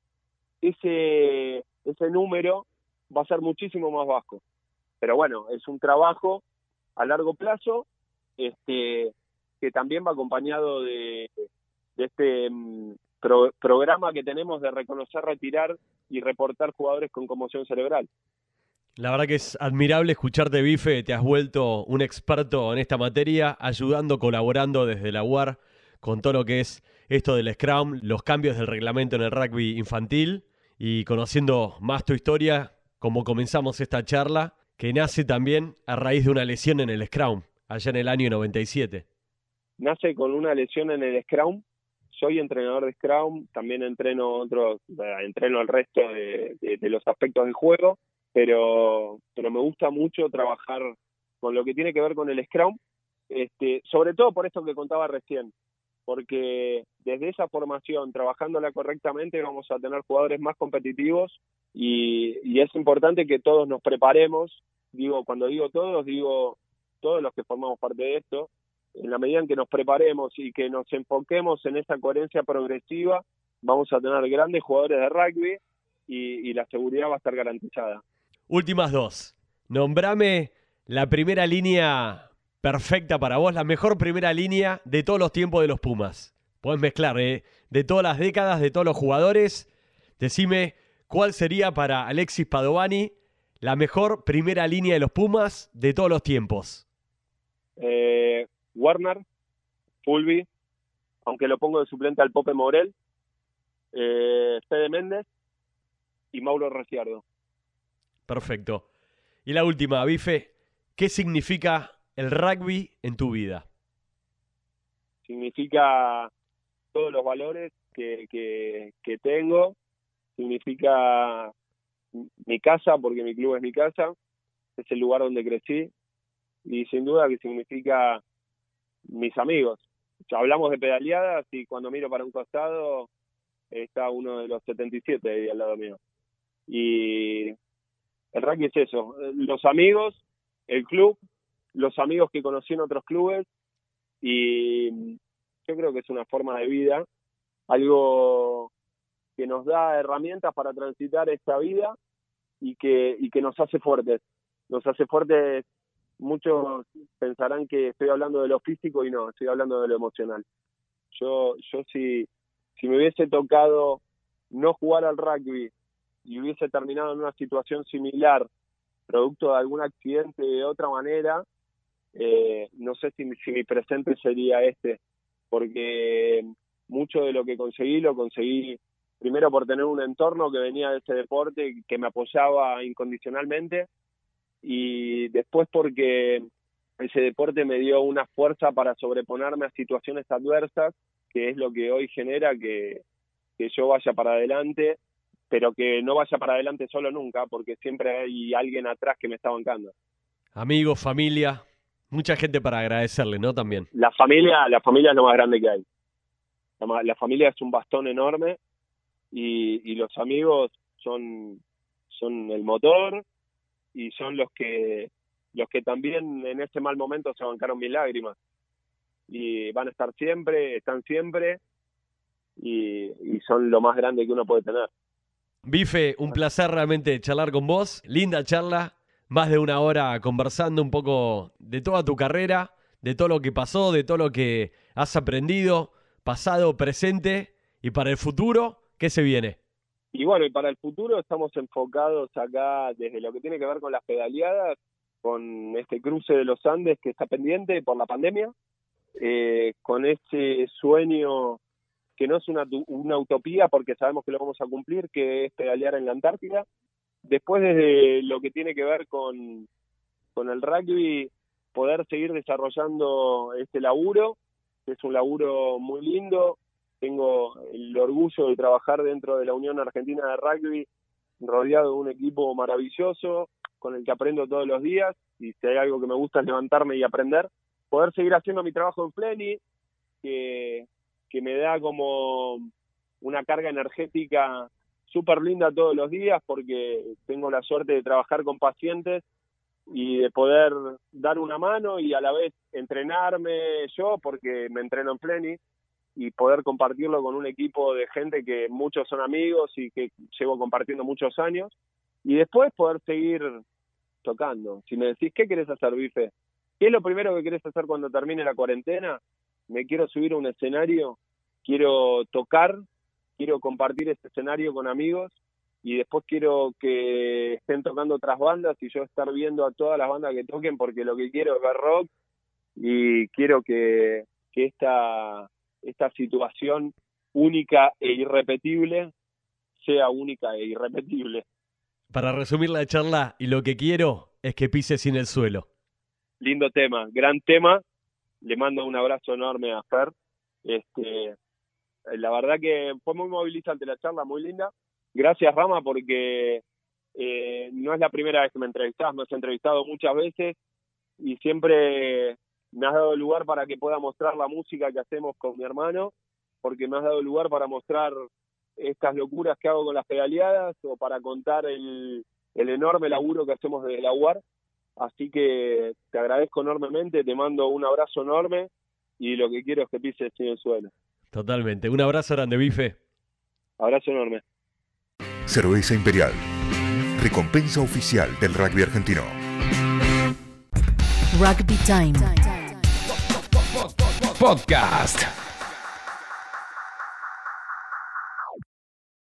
ese, ese número va a ser muchísimo más bajo. Pero bueno, es un trabajo a largo plazo, este, que también va acompañado de, de este um, pro, programa que tenemos de reconocer, retirar y reportar jugadores con conmoción cerebral. La verdad que es admirable escucharte, Bife. Te has vuelto un experto en esta materia, ayudando, colaborando desde la U A R con todo lo que es esto del Scrum, los cambios del reglamento en el rugby infantil y conociendo más tu historia, como comenzamos esta charla, que nace también a raíz de una lesión en el Scrum, allá en el año noventa y siete. Nace con una lesión en el Scrum. Soy entrenador de Scrum, también entreno otros, entreno el resto de, de, de los aspectos del juego. Pero, pero me gusta mucho trabajar con lo que tiene que ver con el Scrum, este, sobre todo por esto que contaba recién, porque desde esa formación, trabajándola correctamente, vamos a tener jugadores más competitivos y, y es importante que todos nos preparemos. Digo, cuando digo todos, digo todos los que formamos parte de esto, en la medida en que nos preparemos y que nos enfoquemos en esa coherencia progresiva, vamos a tener grandes jugadores de rugby y, y la seguridad va a estar garantizada. Últimas dos. Nombrame la primera línea perfecta para vos, la mejor primera línea de todos los tiempos de los Pumas. Podés mezclar, ¿eh? De todas las décadas, de todos los jugadores. Decime cuál sería para Alexis Padovani la mejor primera línea de los Pumas de todos los tiempos. Eh, Werner, Fulby, aunque lo pongo de suplente al Pope Morel, eh, Fede Méndez y Mauro Ricciardo. Perfecto. Y la última, Bife, ¿qué significa el rugby en tu vida? Significa todos los valores que, que, que tengo, significa mi casa, porque mi club es mi casa, es el lugar donde crecí, y sin duda que significa mis amigos. Ya hablamos de pedaleadas y cuando miro para un costado está uno de los setenta y siete ahí al lado mío. Y el rugby es eso, los amigos, el club, los amigos que conocí en otros clubes, y yo creo que es una forma de vida, algo que nos da herramientas para transitar esta vida y que, y que nos hace fuertes. Nos hace fuertes, muchos pensarán que estoy hablando de lo físico y no, estoy hablando de lo emocional. Yo, yo si, si me hubiese tocado no jugar al rugby y hubiese terminado en una situación similar, producto de algún accidente de otra manera, eh, no sé si, si mi presente sería este, porque mucho de lo que conseguí, lo conseguí primero por tener un entorno que venía de ese deporte, que me apoyaba incondicionalmente, y después porque ese deporte me dio una fuerza para sobreponerme a situaciones adversas, que es lo que hoy genera que, que yo vaya para adelante, pero que no vaya para adelante solo nunca, porque siempre hay alguien atrás que me está bancando. Amigos, familia, mucha gente para agradecerle, ¿no? También. La familia, la familia es lo más grande que hay. La, la familia es un bastón enorme y, y los amigos son, son el motor y son los que, los que también en ese mal momento se bancaron mis lágrimas. Y van a estar siempre, están siempre y, y son lo más grande que uno puede tener. Bife, un placer realmente charlar con vos. Linda charla, más de una hora conversando un poco de toda tu carrera, de todo lo que pasó, de todo lo que has aprendido, pasado, presente y para el futuro, ¿qué se viene? Y bueno, y para el futuro estamos enfocados acá desde lo que tiene que ver con las pedaleadas, con este cruce de los Andes que está pendiente por la pandemia, eh, con ese sueño que no es una, una utopía porque sabemos que lo vamos a cumplir, que es pedalear en la Antártida. Después, desde lo que tiene que ver con, con el rugby, poder seguir desarrollando este laburo, que es un laburo muy lindo. Tengo el orgullo de trabajar dentro de la Unión Argentina de Rugby, rodeado de un equipo maravilloso, con el que aprendo todos los días, y si hay algo que me gusta es levantarme y aprender. Poder seguir haciendo mi trabajo en Fleni, que... que me da como una carga energética súper linda todos los días porque tengo la suerte de trabajar con pacientes y de poder dar una mano y a la vez entrenarme yo, porque me entreno en Fleni, y poder compartirlo con un equipo de gente que muchos son amigos y que llevo compartiendo muchos años, y después poder seguir tocando. Si me decís, ¿qué querés hacer, Bife? ¿Qué es lo primero que querés hacer cuando termine la cuarentena? Me quiero subir a un escenario, quiero tocar, quiero compartir ese escenario con amigos y después quiero que estén tocando otras bandas y yo estar viendo a todas las bandas que toquen, porque lo que quiero es ver rock y quiero que, que esta, esta situación única e irrepetible sea única e irrepetible. Para resumir la charla, y lo que quiero es que pises sin el suelo. Lindo tema, gran tema. Le mando un abrazo enorme a Fer. Este, la verdad que fue muy movilizante la charla, muy linda. Gracias, Rama, porque eh, no es la primera vez que me entrevistás, me has entrevistado muchas veces y siempre me has dado lugar para que pueda mostrar la música que hacemos con mi hermano, porque me has dado lugar para mostrar estas locuras que hago con las pedaleadas o para contar el, el enorme laburo que hacemos desde la U A R. Así que te agradezco enormemente, te mando un abrazo enorme y lo que quiero es que pises sin el suelo. Totalmente. Un abrazo grande, Bife. Abrazo enorme. Cerveza Imperial, recompensa oficial del rugby argentino. Rugby Time. Podcast.